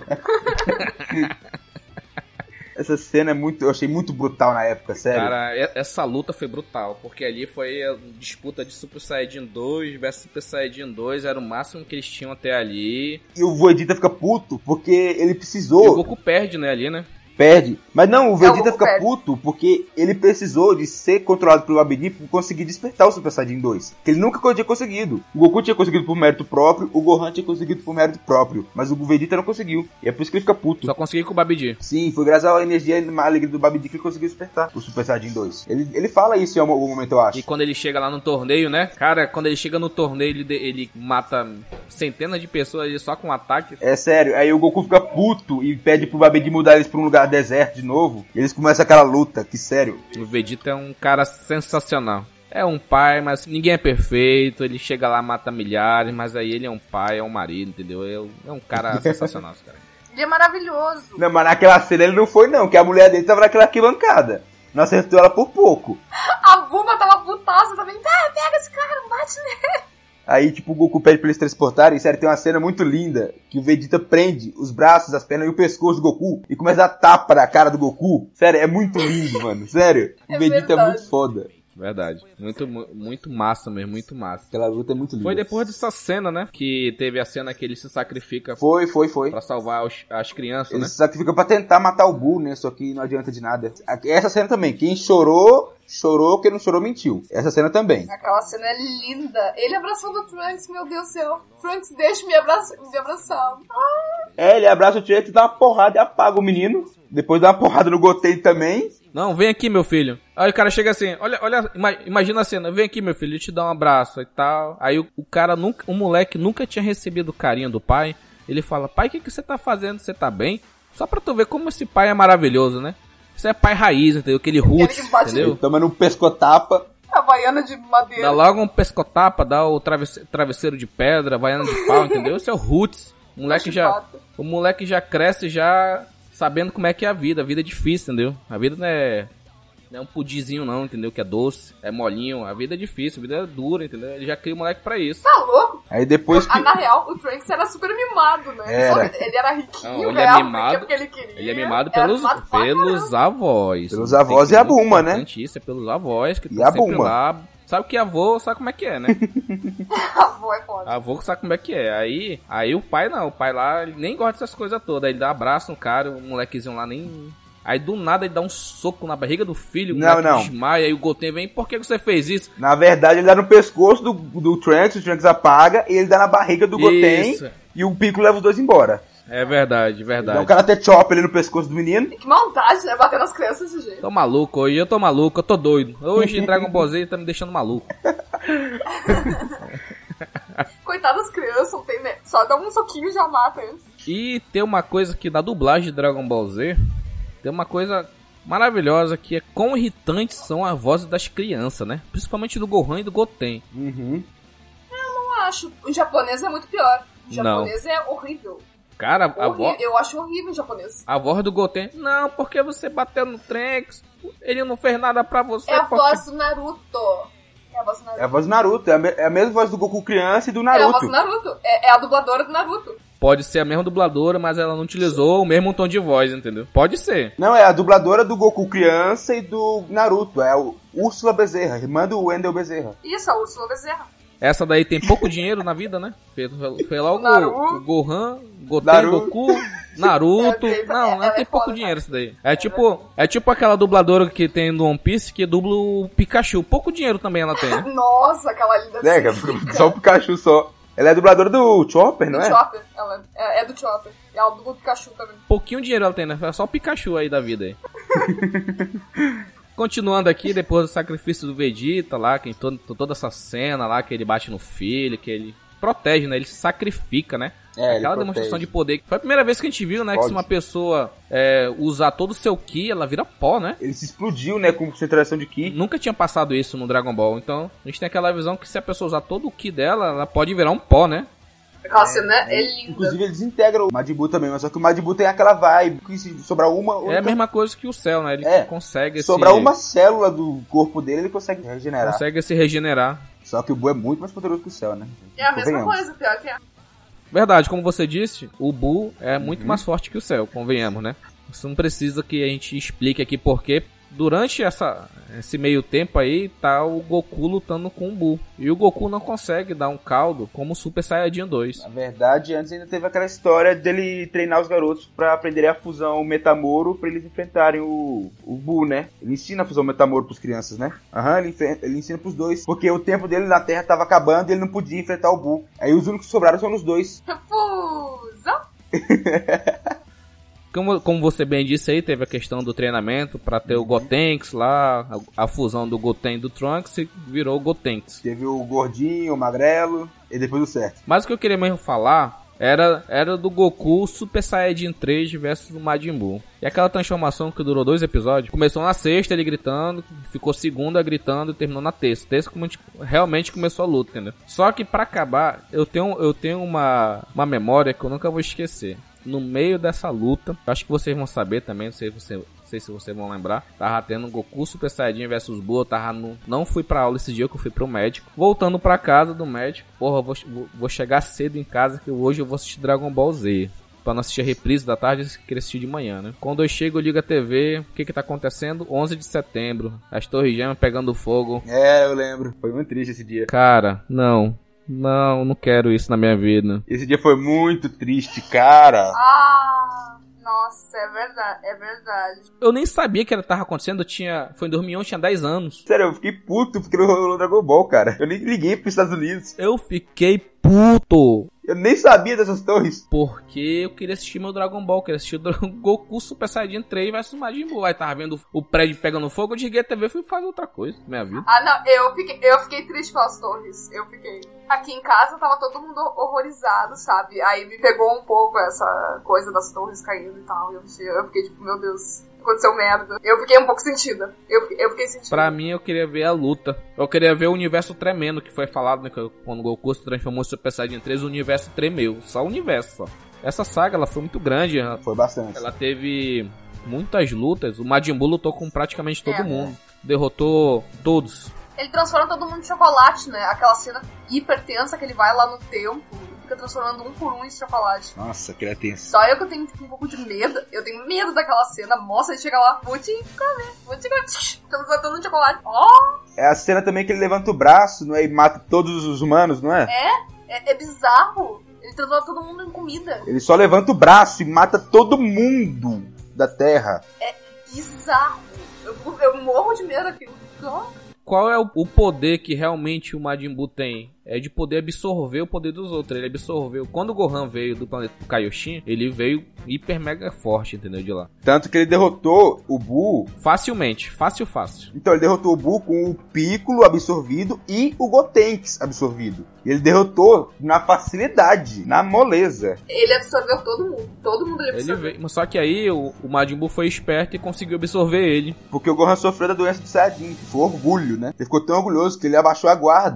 Essa cena é muito, eu achei muito brutal na época, sério. Cara, essa luta foi brutal, porque ali foi a disputa de Super Saiyajin dois versus Super Saiyajin dois, era o máximo que eles tinham até ali. E o Vegeta fica puto, porque ele precisou... E o Goku perde, né, ali, né? Perde. Mas não, o Vegeta é, o fica perde. puto porque ele precisou de ser controlado pelo Abedi pra conseguir despertar o Super Saiyajin dois. Que ele nunca tinha conseguido. O Goku tinha conseguido por mérito próprio, o Gohan tinha conseguido por mérito próprio. Mas o Vegeta não conseguiu. E é por isso que ele fica puto. Só conseguiu com o Babidi. Sim, foi graças à energia e à alegria do Babidi que ele conseguiu despertar o Super Saiyajin dois. Ele, ele fala isso em algum momento, eu acho. E quando ele chega lá no torneio, né? Cara, quando ele chega no torneio, ele, ele mata centenas de pessoas ali só com um ataque. É sério. Aí o Goku fica puto e pede pro Babidi mudar eles pra um lugar deserto de novo. E eles começam aquela luta, que sério. O Vegeta é um cara sensacional. É um pai, mas ninguém é perfeito. Ele chega lá, mata milhares, mas aí ele é um pai, é um marido, entendeu? É um cara sensacional, esse cara. Ele é maravilhoso. Não, mas naquela cena ele não foi não, que a mulher dele tava naquela arquibancada. Não acertou ela por pouco. A Buma tava putaça também. Tá, pega esse cara, bate nele. Aí, tipo, o Goku pede pra eles transportarem. E, sério, tem uma cena muito linda. Que o Vegeta prende os braços, as pernas e o pescoço do Goku. E começa a dar tapa na cara do Goku. Sério, é muito lindo, mano. Sério. O é Vegeta verdade. é muito foda. Verdade. Muito, muito massa mesmo, muito massa. Aquela luta é muito linda. Foi depois dessa cena, né? Que teve a cena que ele se sacrifica. Foi, foi, foi. Pra salvar os, as crianças, ele né? Ele se sacrifica pra tentar matar o Buu, né? Só que não adianta de nada. Essa cena também. Quem chorou... Chorou, quem não chorou mentiu. Essa cena também. Aquela cena é linda. Ele abraçando o Trunks, meu Deus do céu. Trunks, deixa me abraçar. Me abraçar. Ah. É, ele abraça o Trunks, dá uma porrada e apaga o menino. Depois dá uma porrada no Goten também. Não, vem aqui, meu filho. Aí o cara chega assim, olha, olha, imagina a cena. Vem aqui, meu filho, eu te dou um abraço e tal. Aí o, o cara nunca, o moleque nunca tinha recebido o carinho do pai. Ele fala, pai, o que, que você tá fazendo? Você tá bem? Só pra tu ver como esse pai é maravilhoso, né? Isso é pai raiz, entendeu? Aquele roots, entendeu? Ele toma no pescotapa. A baiana de madeira. Dá logo um pescotapa, dá o travesse- travesseiro de pedra, baiana de pau, entendeu? Esse é o roots. O moleque, já, o moleque já cresce já sabendo como é que é a vida. A vida é difícil, entendeu? A vida não é, não é um pudinzinho não, entendeu? Que é doce, é molinho. A vida é difícil, a vida é dura, entendeu? Ele já cria o moleque pra isso. Tá louco? Aí depois que... Ah, na real, o Trunks era super mimado, né? Era. Só, ele era riquinho, Não, ele ganhava é mimado, porque ele queria. Ele é mimado Era pelos, mimado pra pelos avós. Pelos avós e a Buma, né? Isso é pelos avós que E estão a sempre Buma. lá. Sabe que avô sabe como é que é, né? Avô é foda. Avô sabe como é que é. Aí, aí o pai não, o pai lá ele nem gosta dessas coisas todas. Aí ele dá um abraço no cara, o molequezinho lá nem... Aí do nada ele dá um soco na barriga do filho, o Não, moleque não. desmaia, aí o Goten vem, por que você fez isso? Na verdade, ele dá no pescoço do, do Trunks, o Trunks apaga, e ele dá na barriga do Goten, Isso. e o Piccolo leva os dois embora. É verdade, verdade. Então o cara até chop ali no pescoço do menino. Que maldade, né? Bater nas crianças desse jeito. Tô maluco hoje, eu tô maluco, eu tô doido. Hoje Dragon Ball Z tá me deixando maluco. Coitadas das crianças, não tem, né? Só dá um soquinho e já mata eles. E tem uma coisa que na dublagem de Dragon Ball Z, tem uma coisa maravilhosa que é quão irritantes são as vozes das crianças, né? Principalmente do Gohan e do Goten. Uhum. Eu não acho. O japonês é muito pior. japonês é horrível. Cara, a Horrível. voz... Eu acho horrível em japonês. A voz do Goten... Não, porque você bateu no Trunks. Ele não fez nada pra você. É a porque... voz do Naruto. É a voz do Naruto. É a voz do Naruto. É a, me- é a mesma voz do Goku criança e do Naruto. É a voz do Naruto. É, é a dubladora do Naruto. Pode ser a mesma dubladora, mas ela não utilizou o mesmo tom de voz, entendeu? Pode ser. Não, é a dubladora do Goku criança e do Naruto. É o Úrsula Bezerra, irmã do Wendel Bezerra. Isso, a Úrsula Bezerra. Essa daí tem pouco dinheiro na vida, né? Foi lá o, Naruto. o Gohan, Goten, Naruto. Goku, Naruto. É, Não, ela não é tem pouco foda, dinheiro isso daí. É tipo, é tipo aquela dubladora que tem no One Piece que dubla o Pikachu. Pouco dinheiro também ela tem, né? Nossa, aquela linda. É, cara, só o Pikachu só. Ela é dubladora do Chopper, não do é? Chopper. Ela é, é do Chopper. E ela dubla o Pikachu também. Pouquinho dinheiro ela tem, né? É só o Pikachu aí da vida aí. Continuando aqui, depois do sacrifício do Vegeta lá, que tem todo, toda essa cena lá, que ele bate no filho, que ele protege, né? Ele se sacrifica, né? É, Aquela ele demonstração protege. de poder. Foi a primeira vez que a gente viu, né? Que Pode. se uma pessoa é, usar todo o seu Ki, ela vira pó, né? Ele se explodiu, né, com concentração de Ki. Nunca tinha passado isso no Dragon Ball. Então, a gente tem aquela visão que se a pessoa usar todo o Ki dela, ela pode virar um pó, né? Aquela cena é linda. Inclusive ele desintegra o Majin Buu também, mas só que o Majin Buu tem aquela vibe que se sobrar uma... É a única- mesma coisa que o Cell, né? Ele É. consegue sobrar se... uma célula do corpo dele, ele consegue regenerar. consegue se regenerar. Só que o Buu é muito mais poderoso que o Cell, né? É a mesma Convenhamos. coisa, pior que é. Verdade, como você disse, o Buu é muito Uhum. mais forte que o Cell, convenhamos, né? Você não precisa que a gente explique aqui porque durante essa, esse meio tempo aí tá o Goku lutando com o Buu. E o Goku não consegue dar um caldo como o Super Saiyajin dois. Na verdade, antes ainda teve aquela história dele treinar os garotos pra aprenderem a fusão Metamoro pra eles enfrentarem o, o Buu, né? Ele ensina a fusão Metamoro pros crianças, né? Aham, ele, enfre- ele ensina pros dois, porque o tempo dele na Terra tava acabando e ele não podia enfrentar o Buu. Aí os únicos que sobraram são os dois. Fusão. Como, como você bem disse aí, teve a questão do treinamento pra ter o Gotenks lá, a, a fusão do Goten e do Trunks e virou o Gotenks. Teve o gordinho, o magrelo e depois o certo. Mas o que eu queria mesmo falar era, era do Goku Super Saiyajin três versus o Majin Buu. E aquela transformação que durou dois episódios, começou na sexta ele gritando, ficou segunda gritando e terminou na terça. Terça como a gente realmente começou a luta, entendeu? Só que pra acabar, eu tenho, eu tenho uma, uma memória que eu nunca vou esquecer. No meio dessa luta, eu acho que vocês vão saber também, não sei, você, não sei se vocês vão lembrar, tava tendo Goku Super Saiyajin versus Buu, eu tava no, não fui pra aula esse dia que eu fui pro médico, voltando pra casa do médico, porra, eu vou, vou, vou chegar cedo em casa que hoje eu vou assistir Dragon Ball Z. Pra não assistir a reprise da tarde, eu queria assistir de manhã, né? Quando eu chego, eu ligo a T V, o que que tá acontecendo? onze de setembro, as Torres Gêmeas pegando fogo. É, eu lembro. Foi muito triste esse dia. Cara, não, não, não quero isso na minha vida. Esse dia foi muito triste, cara. Ah, nossa, é verdade, é verdade. Eu nem sabia que era tava acontecendo, eu tinha, foi em dois mil e onze, eu tinha dez anos. Sério, eu fiquei puto porque não rolou Dragon Ball, cara. Eu nem liguei pros Estados Unidos. Eu fiquei puto. Eu nem sabia dessas torres. Porque eu queria assistir meu Dragon Ball, queria assistir o Dra- Goku Super Saiyajin três versus Majin Buu. Aí tava vendo o prédio pegando fogo, eu desliguei a T V e fui fazer outra coisa na minha vida. Ah, não, eu fiquei, eu fiquei triste pelas torres. Eu fiquei. Aqui em casa tava todo mundo horrorizado, sabe? Aí me pegou um pouco essa coisa das torres caindo e tal. Eu fiquei, eu fiquei tipo, meu Deus, aconteceu merda. Eu fiquei um pouco sentida. Eu, eu fiquei sentida. Pra mim, eu queria ver a luta. Eu queria ver o universo tremendo que foi falado, né? Que quando o Goku se transformou em Super Saiyajin três, o universo tremeu. Só o universo, só. Essa saga, ela foi muito grande. Foi bastante. Ela teve muitas lutas. O Majin Buu lutou com praticamente todo É. mundo. Derrotou todos. Ele transforma todo mundo em chocolate, né? Aquela cena hiper tensa que ele vai lá no templo e fica transformando um por um em chocolate. Nossa, que é tenso. Só eu que eu tenho tipo, um pouco de medo. Eu tenho medo daquela cena. Mostra, ele chega lá, vou te comer, vou te comer. Estamos botando um chocolate. Ó! É a cena também que ele levanta o braço, não é? E mata todos os humanos, não é? É, é, é bizarro. Ele transforma todo mundo em comida. Ele só levanta o braço e mata todo mundo da Terra. É bizarro. Eu, eu morro de medo daquilo. Ó. Qual é o, o poder que realmente o Majin Buu tem? É de poder absorver o poder dos outros. Ele absorveu. Quando o Gohan veio do planeta Kaioshin, ele veio hiper mega forte, entendeu? De lá. Tanto que ele derrotou o Buu. Facilmente. Fácil, fácil. Então ele derrotou o Buu com o Piccolo absorvido e o Gotenks absorvido. E ele derrotou na facilidade, na moleza. Ele absorveu todo mundo. Todo mundo ele Ele absorveu. veio, só que aí o, o Majin Buu foi esperto e conseguiu absorver ele. Porque o Gohan sofreu da doença do Saiyajin, que foi orgulho, né? Ele ficou tão orgulhoso que ele abaixou a guarda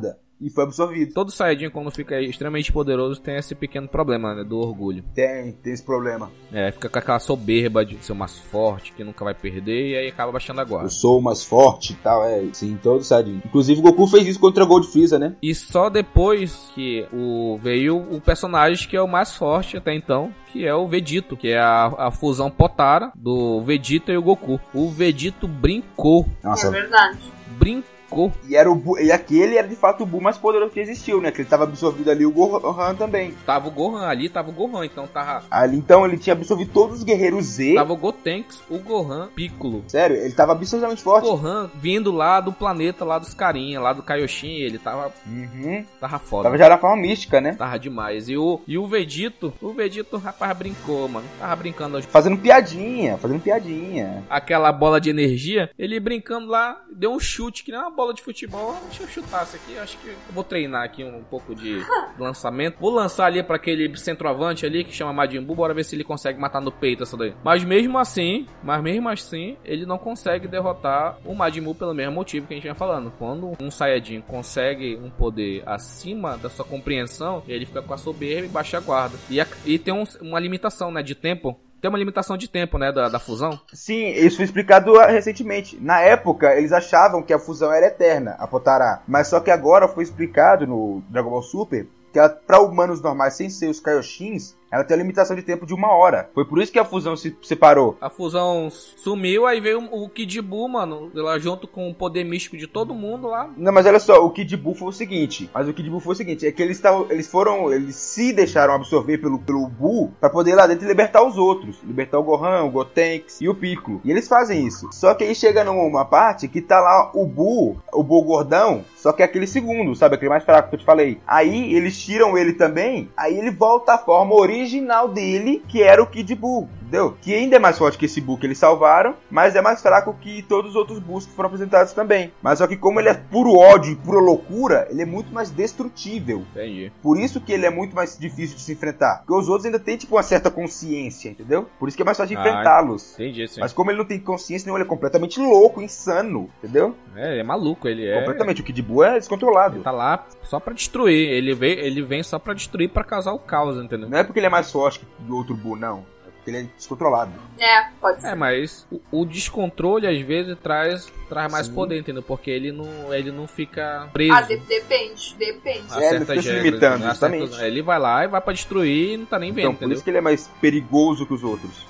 e foi absorvido. Todo Saiyajin, quando fica extremamente poderoso, tem esse pequeno problema, né, do orgulho. Tem, tem esse problema. É, fica com aquela soberba de ser o mais forte, que nunca vai perder, e aí acaba baixando a guarda. Eu sou o mais forte e tal, é, sim, todo Saiyajin. Inclusive o Goku fez isso contra o Gold Freeza, né? E só depois que o, veio o personagem que é o mais forte até então, que é o Vegito, que é a, a fusão Potara do Vegeta e o Goku. O Vegito brincou. Nossa, é verdade. Brincou. E, era o Bu, e aquele era de fato o Buu mais poderoso que existiu, né? Que ele tava absorvido ali o Gohan também. Tava o Gohan ali, tava o Gohan, então tava... Ali então ele tinha absorvido todos os guerreiros Z. Tava o Gotenks, o Gohan, Piccolo. Sério, ele tava absolutamente forte. O Gohan vindo lá do planeta, lá dos carinha, lá do Kaioshin, ele tava... Uhum. Tava foda. Tava já na forma mística, né? Tava demais. E o, e o Vegito, o Vegito, rapaz, brincou, mano. Tava brincando. Fazendo piadinha, fazendo piadinha. Aquela bola de energia, ele brincando lá, deu um chute, que nem uma bola de futebol. Deixa eu chutar isso aqui, acho que eu vou treinar aqui um pouco de lançamento. Vou lançar ali pra aquele centroavante ali, que chama Majin Buu, bora ver se ele consegue matar no peito essa daí. Mas mesmo assim, mas mesmo assim, ele não consegue derrotar o Majin Buu pelo mesmo motivo que a gente vinha falando. Quando um Saiyajin consegue um poder acima da sua compreensão, ele fica com a soberba e baixa a guarda. E, a, e tem um, uma limitação, né, de tempo. Tem uma limitação de tempo, né, da, da fusão? Sim, isso foi explicado recentemente. Na época, eles achavam que a fusão era eterna, a Potara. Mas só que agora foi explicado no Dragon Ball Super que para humanos normais, sem ser os Kaioshins, ela tem a limitação de tempo de uma hora. Foi por isso que a fusão se separou. A fusão sumiu, aí veio o Kid Buu, mano, lá junto com o poder místico de todo mundo lá. Não, mas olha só, o Kid Buu foi o seguinte. Mas o Kid Buu foi o seguinte, é que eles, tavam, eles foram, eles se deixaram absorver pelo, pelo Buu pra poder ir lá dentro e libertar os outros. Libertar o Gohan, o Gotenks e o Piccolo. E eles fazem isso. Só que aí chega numa parte que tá lá o Buu, o Buu gordão, só que é aquele segundo, sabe? Aquele mais fraco que eu te falei. Aí eles tiram ele também, aí ele volta à forma original dele, que era o Kid Buu, entendeu? Que ainda é mais forte que esse Buu que eles salvaram, mas é mais fraco que todos os outros Buus que foram apresentados também. Mas só que como ele é puro ódio e pura loucura, ele é muito mais destrutível. Entendi. Por isso que ele é muito mais difícil de se enfrentar. Porque os outros ainda têm, tipo, uma certa consciência, entendeu? Por isso que é mais fácil de ah, enfrentá-los. Entendi, sim. Mas como ele não tem consciência nenhuma, ele é completamente louco, insano, entendeu? É, ele é maluco, ele é... Completamente. O Kid Buu é descontrolado. Ele tá lá só pra destruir. Ele vem, ele vem só pra destruir, pra causar o caos, entendeu? Não é porque ele é mais forte que o outro Buu, não. É porque ele é descontrolado. É, pode ser. É, mas o, o descontrole, às vezes, traz, traz mais Sim. poder, entendeu? Porque ele não, ele não fica preso. Ah, de, depende, depende. A É, certas ele fica se regras, limitando, né? justamente. Certas, ele vai lá e vai pra destruir e não tá nem vendo, Então, por entendeu? isso que ele é mais perigoso que os outros.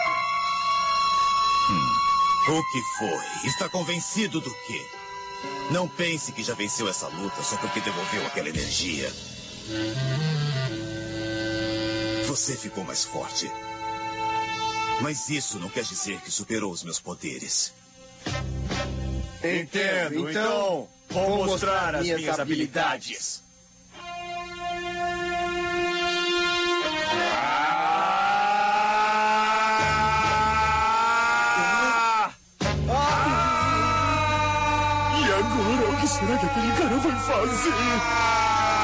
Hum. O que foi? Está convencido do quê? Não pense que já venceu essa luta só porque devolveu aquela energia. Você ficou mais forte. Mas isso não quer dizer que superou os meus poderes. Entendo, então vou mostrar as minhas, minhas habilidades. E agora, o que será que aquele cara vai fazer?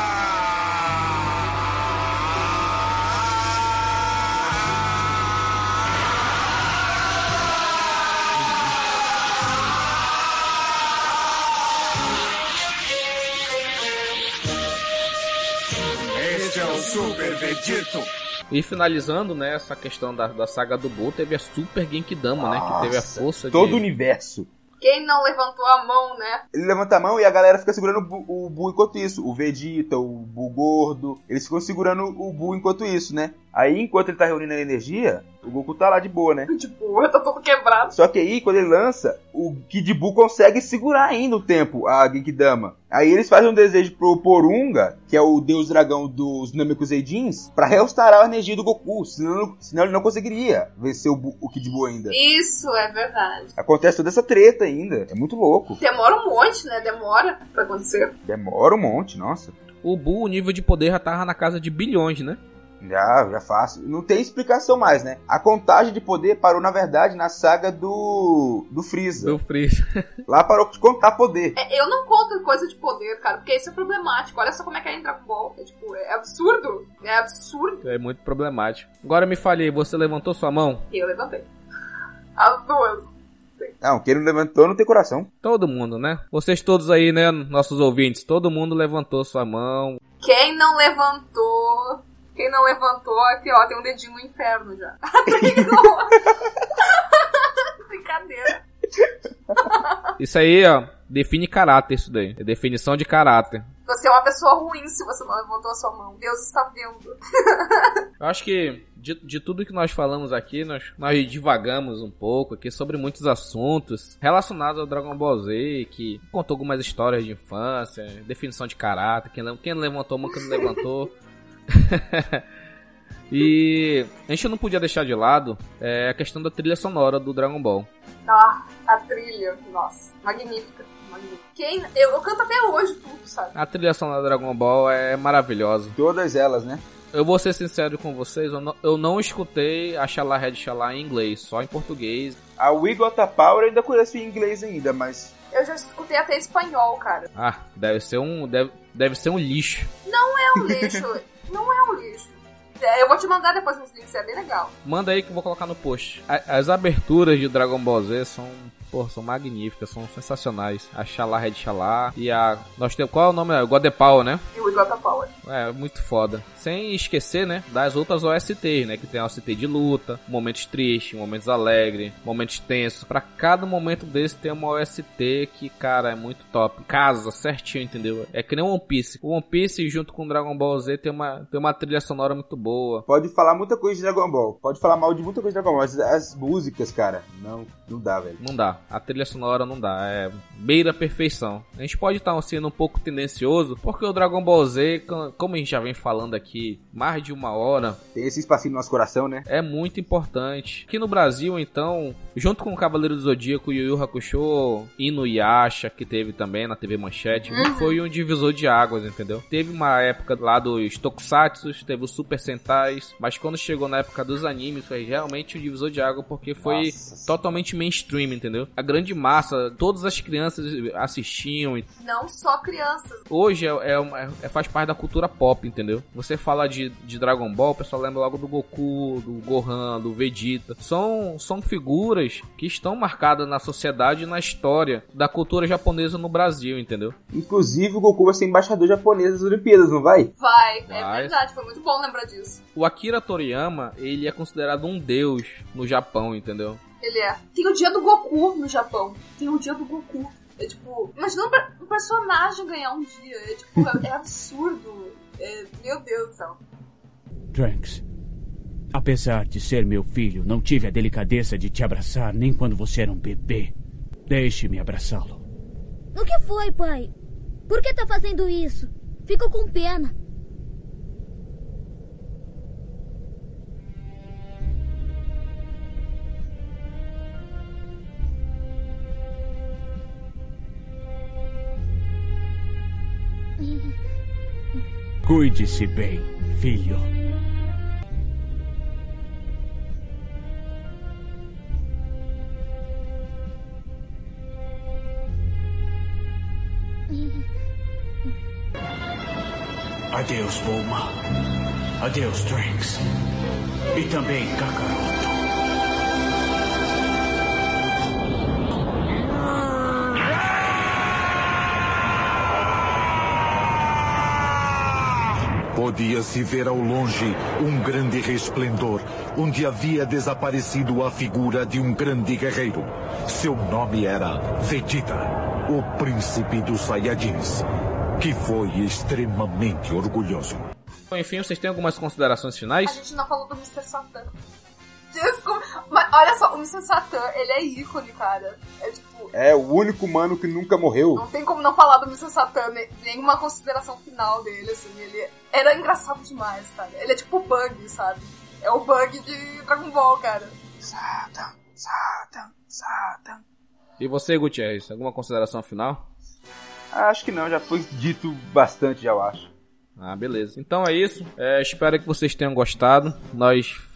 Super Vegito. E finalizando, né, essa questão da, da saga do Buu, teve a Super Genkidama, né, que teve a força todo de... o universo. Quem não levantou a mão, né? Ele levanta a mão e a galera fica segurando o Buu, o Buu enquanto isso. O Vegeta, o Buu gordo, eles ficam segurando o Buu enquanto isso, né? Aí, enquanto ele tá reunindo a energia, o Goku tá lá de boa, né? De boa, tá todo quebrado. Só que aí, quando ele lança, o Kid Buu consegue segurar ainda o tempo, a Genkidama. Aí eles fazem um desejo pro Porunga, que é o deus dragão dos Namekuseidins, pra restaurar a energia do Goku, senão, senão ele não conseguiria vencer o, Bu, o Kid Buu ainda. Isso, é verdade. Acontece toda essa treta ainda, é muito louco. Demora um monte, né? Demora pra acontecer. Demora um monte, nossa. O Buu, o nível de poder já tava na casa de bilhões, né? Já, já fácil. Não tem explicação mais, né? A contagem de poder parou, na verdade, na saga do... do Freeza. Do Freeza. Lá parou de contar poder. É, eu não conto coisa de poder, cara, porque isso é problemático. Olha só como é que é em Dragon Ball. É, tipo, é absurdo. É absurdo. É muito problemático. Agora me fale, você levantou sua mão? Eu levantei. As duas. Sim. Não, quem não levantou não tem coração. Todo mundo, né? Vocês todos aí, né, nossos ouvintes, todo mundo levantou sua mão. Quem não levantou... Quem não levantou, aqui ó, tem um dedinho no inferno já. Brincadeira. Isso aí, ó, define caráter isso daí. É definição de caráter. Você é uma pessoa ruim se você não levantou a sua mão. Deus está vendo. Eu acho que de, de tudo que nós falamos aqui, nós, nós divagamos um pouco aqui sobre muitos assuntos relacionados ao Dragon Ball Z, que contou algumas histórias de infância, definição de caráter, quem, quem levantou a mão, quem não levantou. E a gente não podia deixar de lado é, a questão da trilha sonora do Dragon Ball. Ah, a trilha, nossa, magnífica, magnífica. Quem, eu, eu canto até hoje tudo, sabe? A trilha sonora do Dragon Ball é maravilhosa. Todas elas, né? Eu vou ser sincero com vocês, eu não, eu não escutei a Shala Red Shala em inglês, só em português. A We Got a Power eu ainda conheço em inglês ainda, mas... Eu já escutei até espanhol, cara. Ah, deve ser um, deve, deve ser um lixo. Não é um lixo, não é um lixo. Eu vou te mandar depois nos links, é bem legal. Manda aí que eu vou colocar no post. As aberturas de Dragon Ball Z são, pô, são magníficas, são sensacionais. A Shala Red Shala e a... Nós temos, qual é o nome? O God the Power, né? E o God the Power. É, muito foda. Sem esquecer, né, das outras O S Ts, né? Que tem a O S T de luta, momentos tristes, momentos alegres, momentos tensos. Pra cada momento desse tem uma O S T que, cara, é muito top. Casa certinho, entendeu? É que nem One Piece. O One Piece junto com Dragon Ball Z tem uma, tem uma trilha sonora muito boa. Pode falar muita coisa de Dragon Ball. Pode falar mal de muita coisa de Dragon Ball. Mas as músicas, cara, não, não dá, velho. Não dá. A trilha sonora não dá. É beira a perfeição. A gente pode estar sendo um pouco tendencioso, porque o Dragon Ball Z, como a gente já vem falando aqui mais de uma hora, tem esse espacinho no nosso coração, né? É muito importante. Aqui no Brasil, então, junto com o Cavaleiro do Zodíaco, Yu Yu Hakusho, Inuyasha, que teve também na T V Manchete, uhum. Foi um divisor de águas, entendeu? Teve uma época lá dos Tokusatsu, teve os Super Sentais, mas quando chegou na época dos animes, foi realmente um divisor de água, porque foi Nossa. Totalmente mainstream, entendeu? A grande massa, todas as crianças assistiam. Não só crianças. Hoje é, é, é, faz parte da cultura pop, entendeu? Você fala de, de Dragon Ball, o pessoal lembra logo do Goku, do Gohan, do Vegeta. São, são figuras que estão marcadas na sociedade e na história da cultura japonesa no Brasil, entendeu? Inclusive o Goku vai ser embaixador japonês das Olimpíadas, não vai? Vai, vai. É verdade, foi muito bom lembrar disso. O Akira Toriyama, ele é considerado um deus no Japão, entendeu? Ele é. Tem o dia do Goku no Japão. Tem o dia do Goku. É tipo, imagina um personagem ganhar um dia. É tipo, é, é absurdo. É, meu Deus do céu. Trunks, apesar de ser meu filho, não tive a delicadeza de te abraçar nem quando você era um bebê. Deixe-me abraçá-lo. O que foi, pai? Por que tá fazendo isso? Fico com pena. Cuide-se bem, filho. Adeus, Bulma. Adeus, Trunks. E também Kakaroto. Podia-se ver ao longe um grande resplendor, onde havia desaparecido a figura de um grande guerreiro. Seu nome era Vegeta, o príncipe dos Saiyajins, que foi extremamente orgulhoso. Enfim, vocês têm algumas considerações finais? A gente não falou do mister Satan. Desculpa, mas olha só, o mister Satan, ele é ícone, cara. É tipo... É o único humano que nunca morreu. Não tem como não falar do mister Satan, nenhuma consideração final dele, assim. Ele era engraçado demais, cara. Ele é tipo o Bug, sabe? É o Bug de Dragon Ball, cara. Satan, Satan, Satan. E você, Gutierrez, alguma consideração final? Acho que não, já foi dito bastante, já eu acho. Ah, beleza. Então é isso. É, espero que vocês tenham gostado. Nós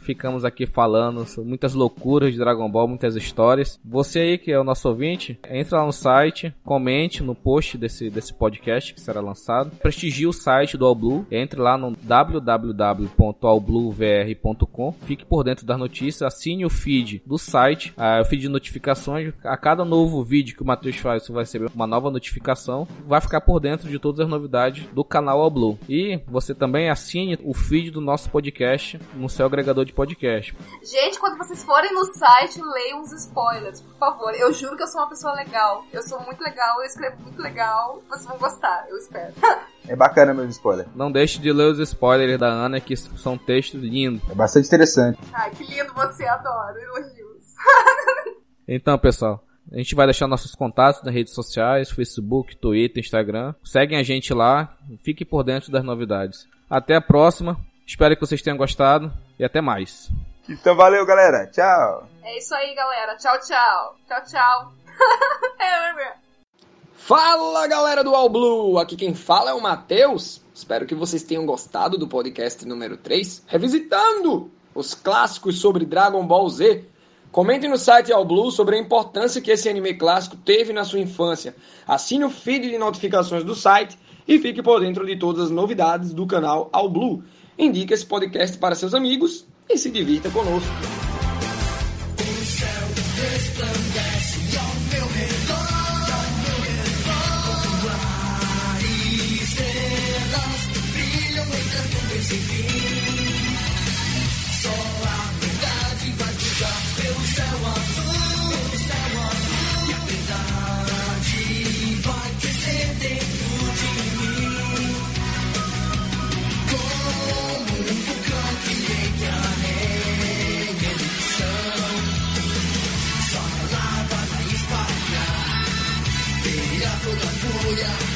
ficamos aqui falando sobre muitas loucuras de Dragon Ball, muitas histórias. Você aí que é o nosso ouvinte, entra lá no site, comente no post desse, desse podcast que será lançado. Prestigie o site do All Blue, entre lá no w w w ponto all blue v r ponto com. Fique por dentro das notícias, assine o feed do site, uh, o feed de notificações. A cada novo vídeo que o Matheus faz, você vai receber uma nova notificação. Vai ficar por dentro de todas as novidades do canal All Blue. E você também assine o feed do nosso podcast no seu agregador de podcast. Gente, quando vocês forem no site, leiam os spoilers, por favor. Eu juro que eu sou uma pessoa legal. Eu sou muito legal, eu escrevo muito legal. Vocês vão gostar, eu espero. É bacana mesmo spoiler. Não deixe de ler os spoilers da Ana, que são textos lindos. É bastante interessante. Ai, que lindo você, adoro. Elogios. Então, pessoal, a gente vai deixar nossos contatos nas redes sociais, Facebook, Twitter, Instagram. Seguem a gente lá, fique por dentro das novidades. Até a próxima, espero que vocês tenham gostado e até mais. Então valeu, galera, tchau. É isso aí, galera, tchau, tchau. Tchau, tchau. É, Fala, galera do All Blue, aqui quem fala é o Matheus. Espero que vocês tenham gostado do podcast número três, revisitando os clássicos sobre Dragon Ball Z. Comentem no site All Blue sobre a importância que esse anime clássico teve na sua infância. Assine o feed de notificações do site e fique por dentro de todas as novidades do canal All Blue. Indique esse podcast para seus amigos e se divirta conosco. O céu resplandece ao meu redor, ao meu redor. Ar e estrelas brilham entre as nuvens sem fim. Só a verdade vai cruzar pelo céu azul, pelo céu azul. E a verdade vai crescer dentro de mim. Como um vulcão que entra em erupção. Só a lava vai espalhar, vira toda a fúria.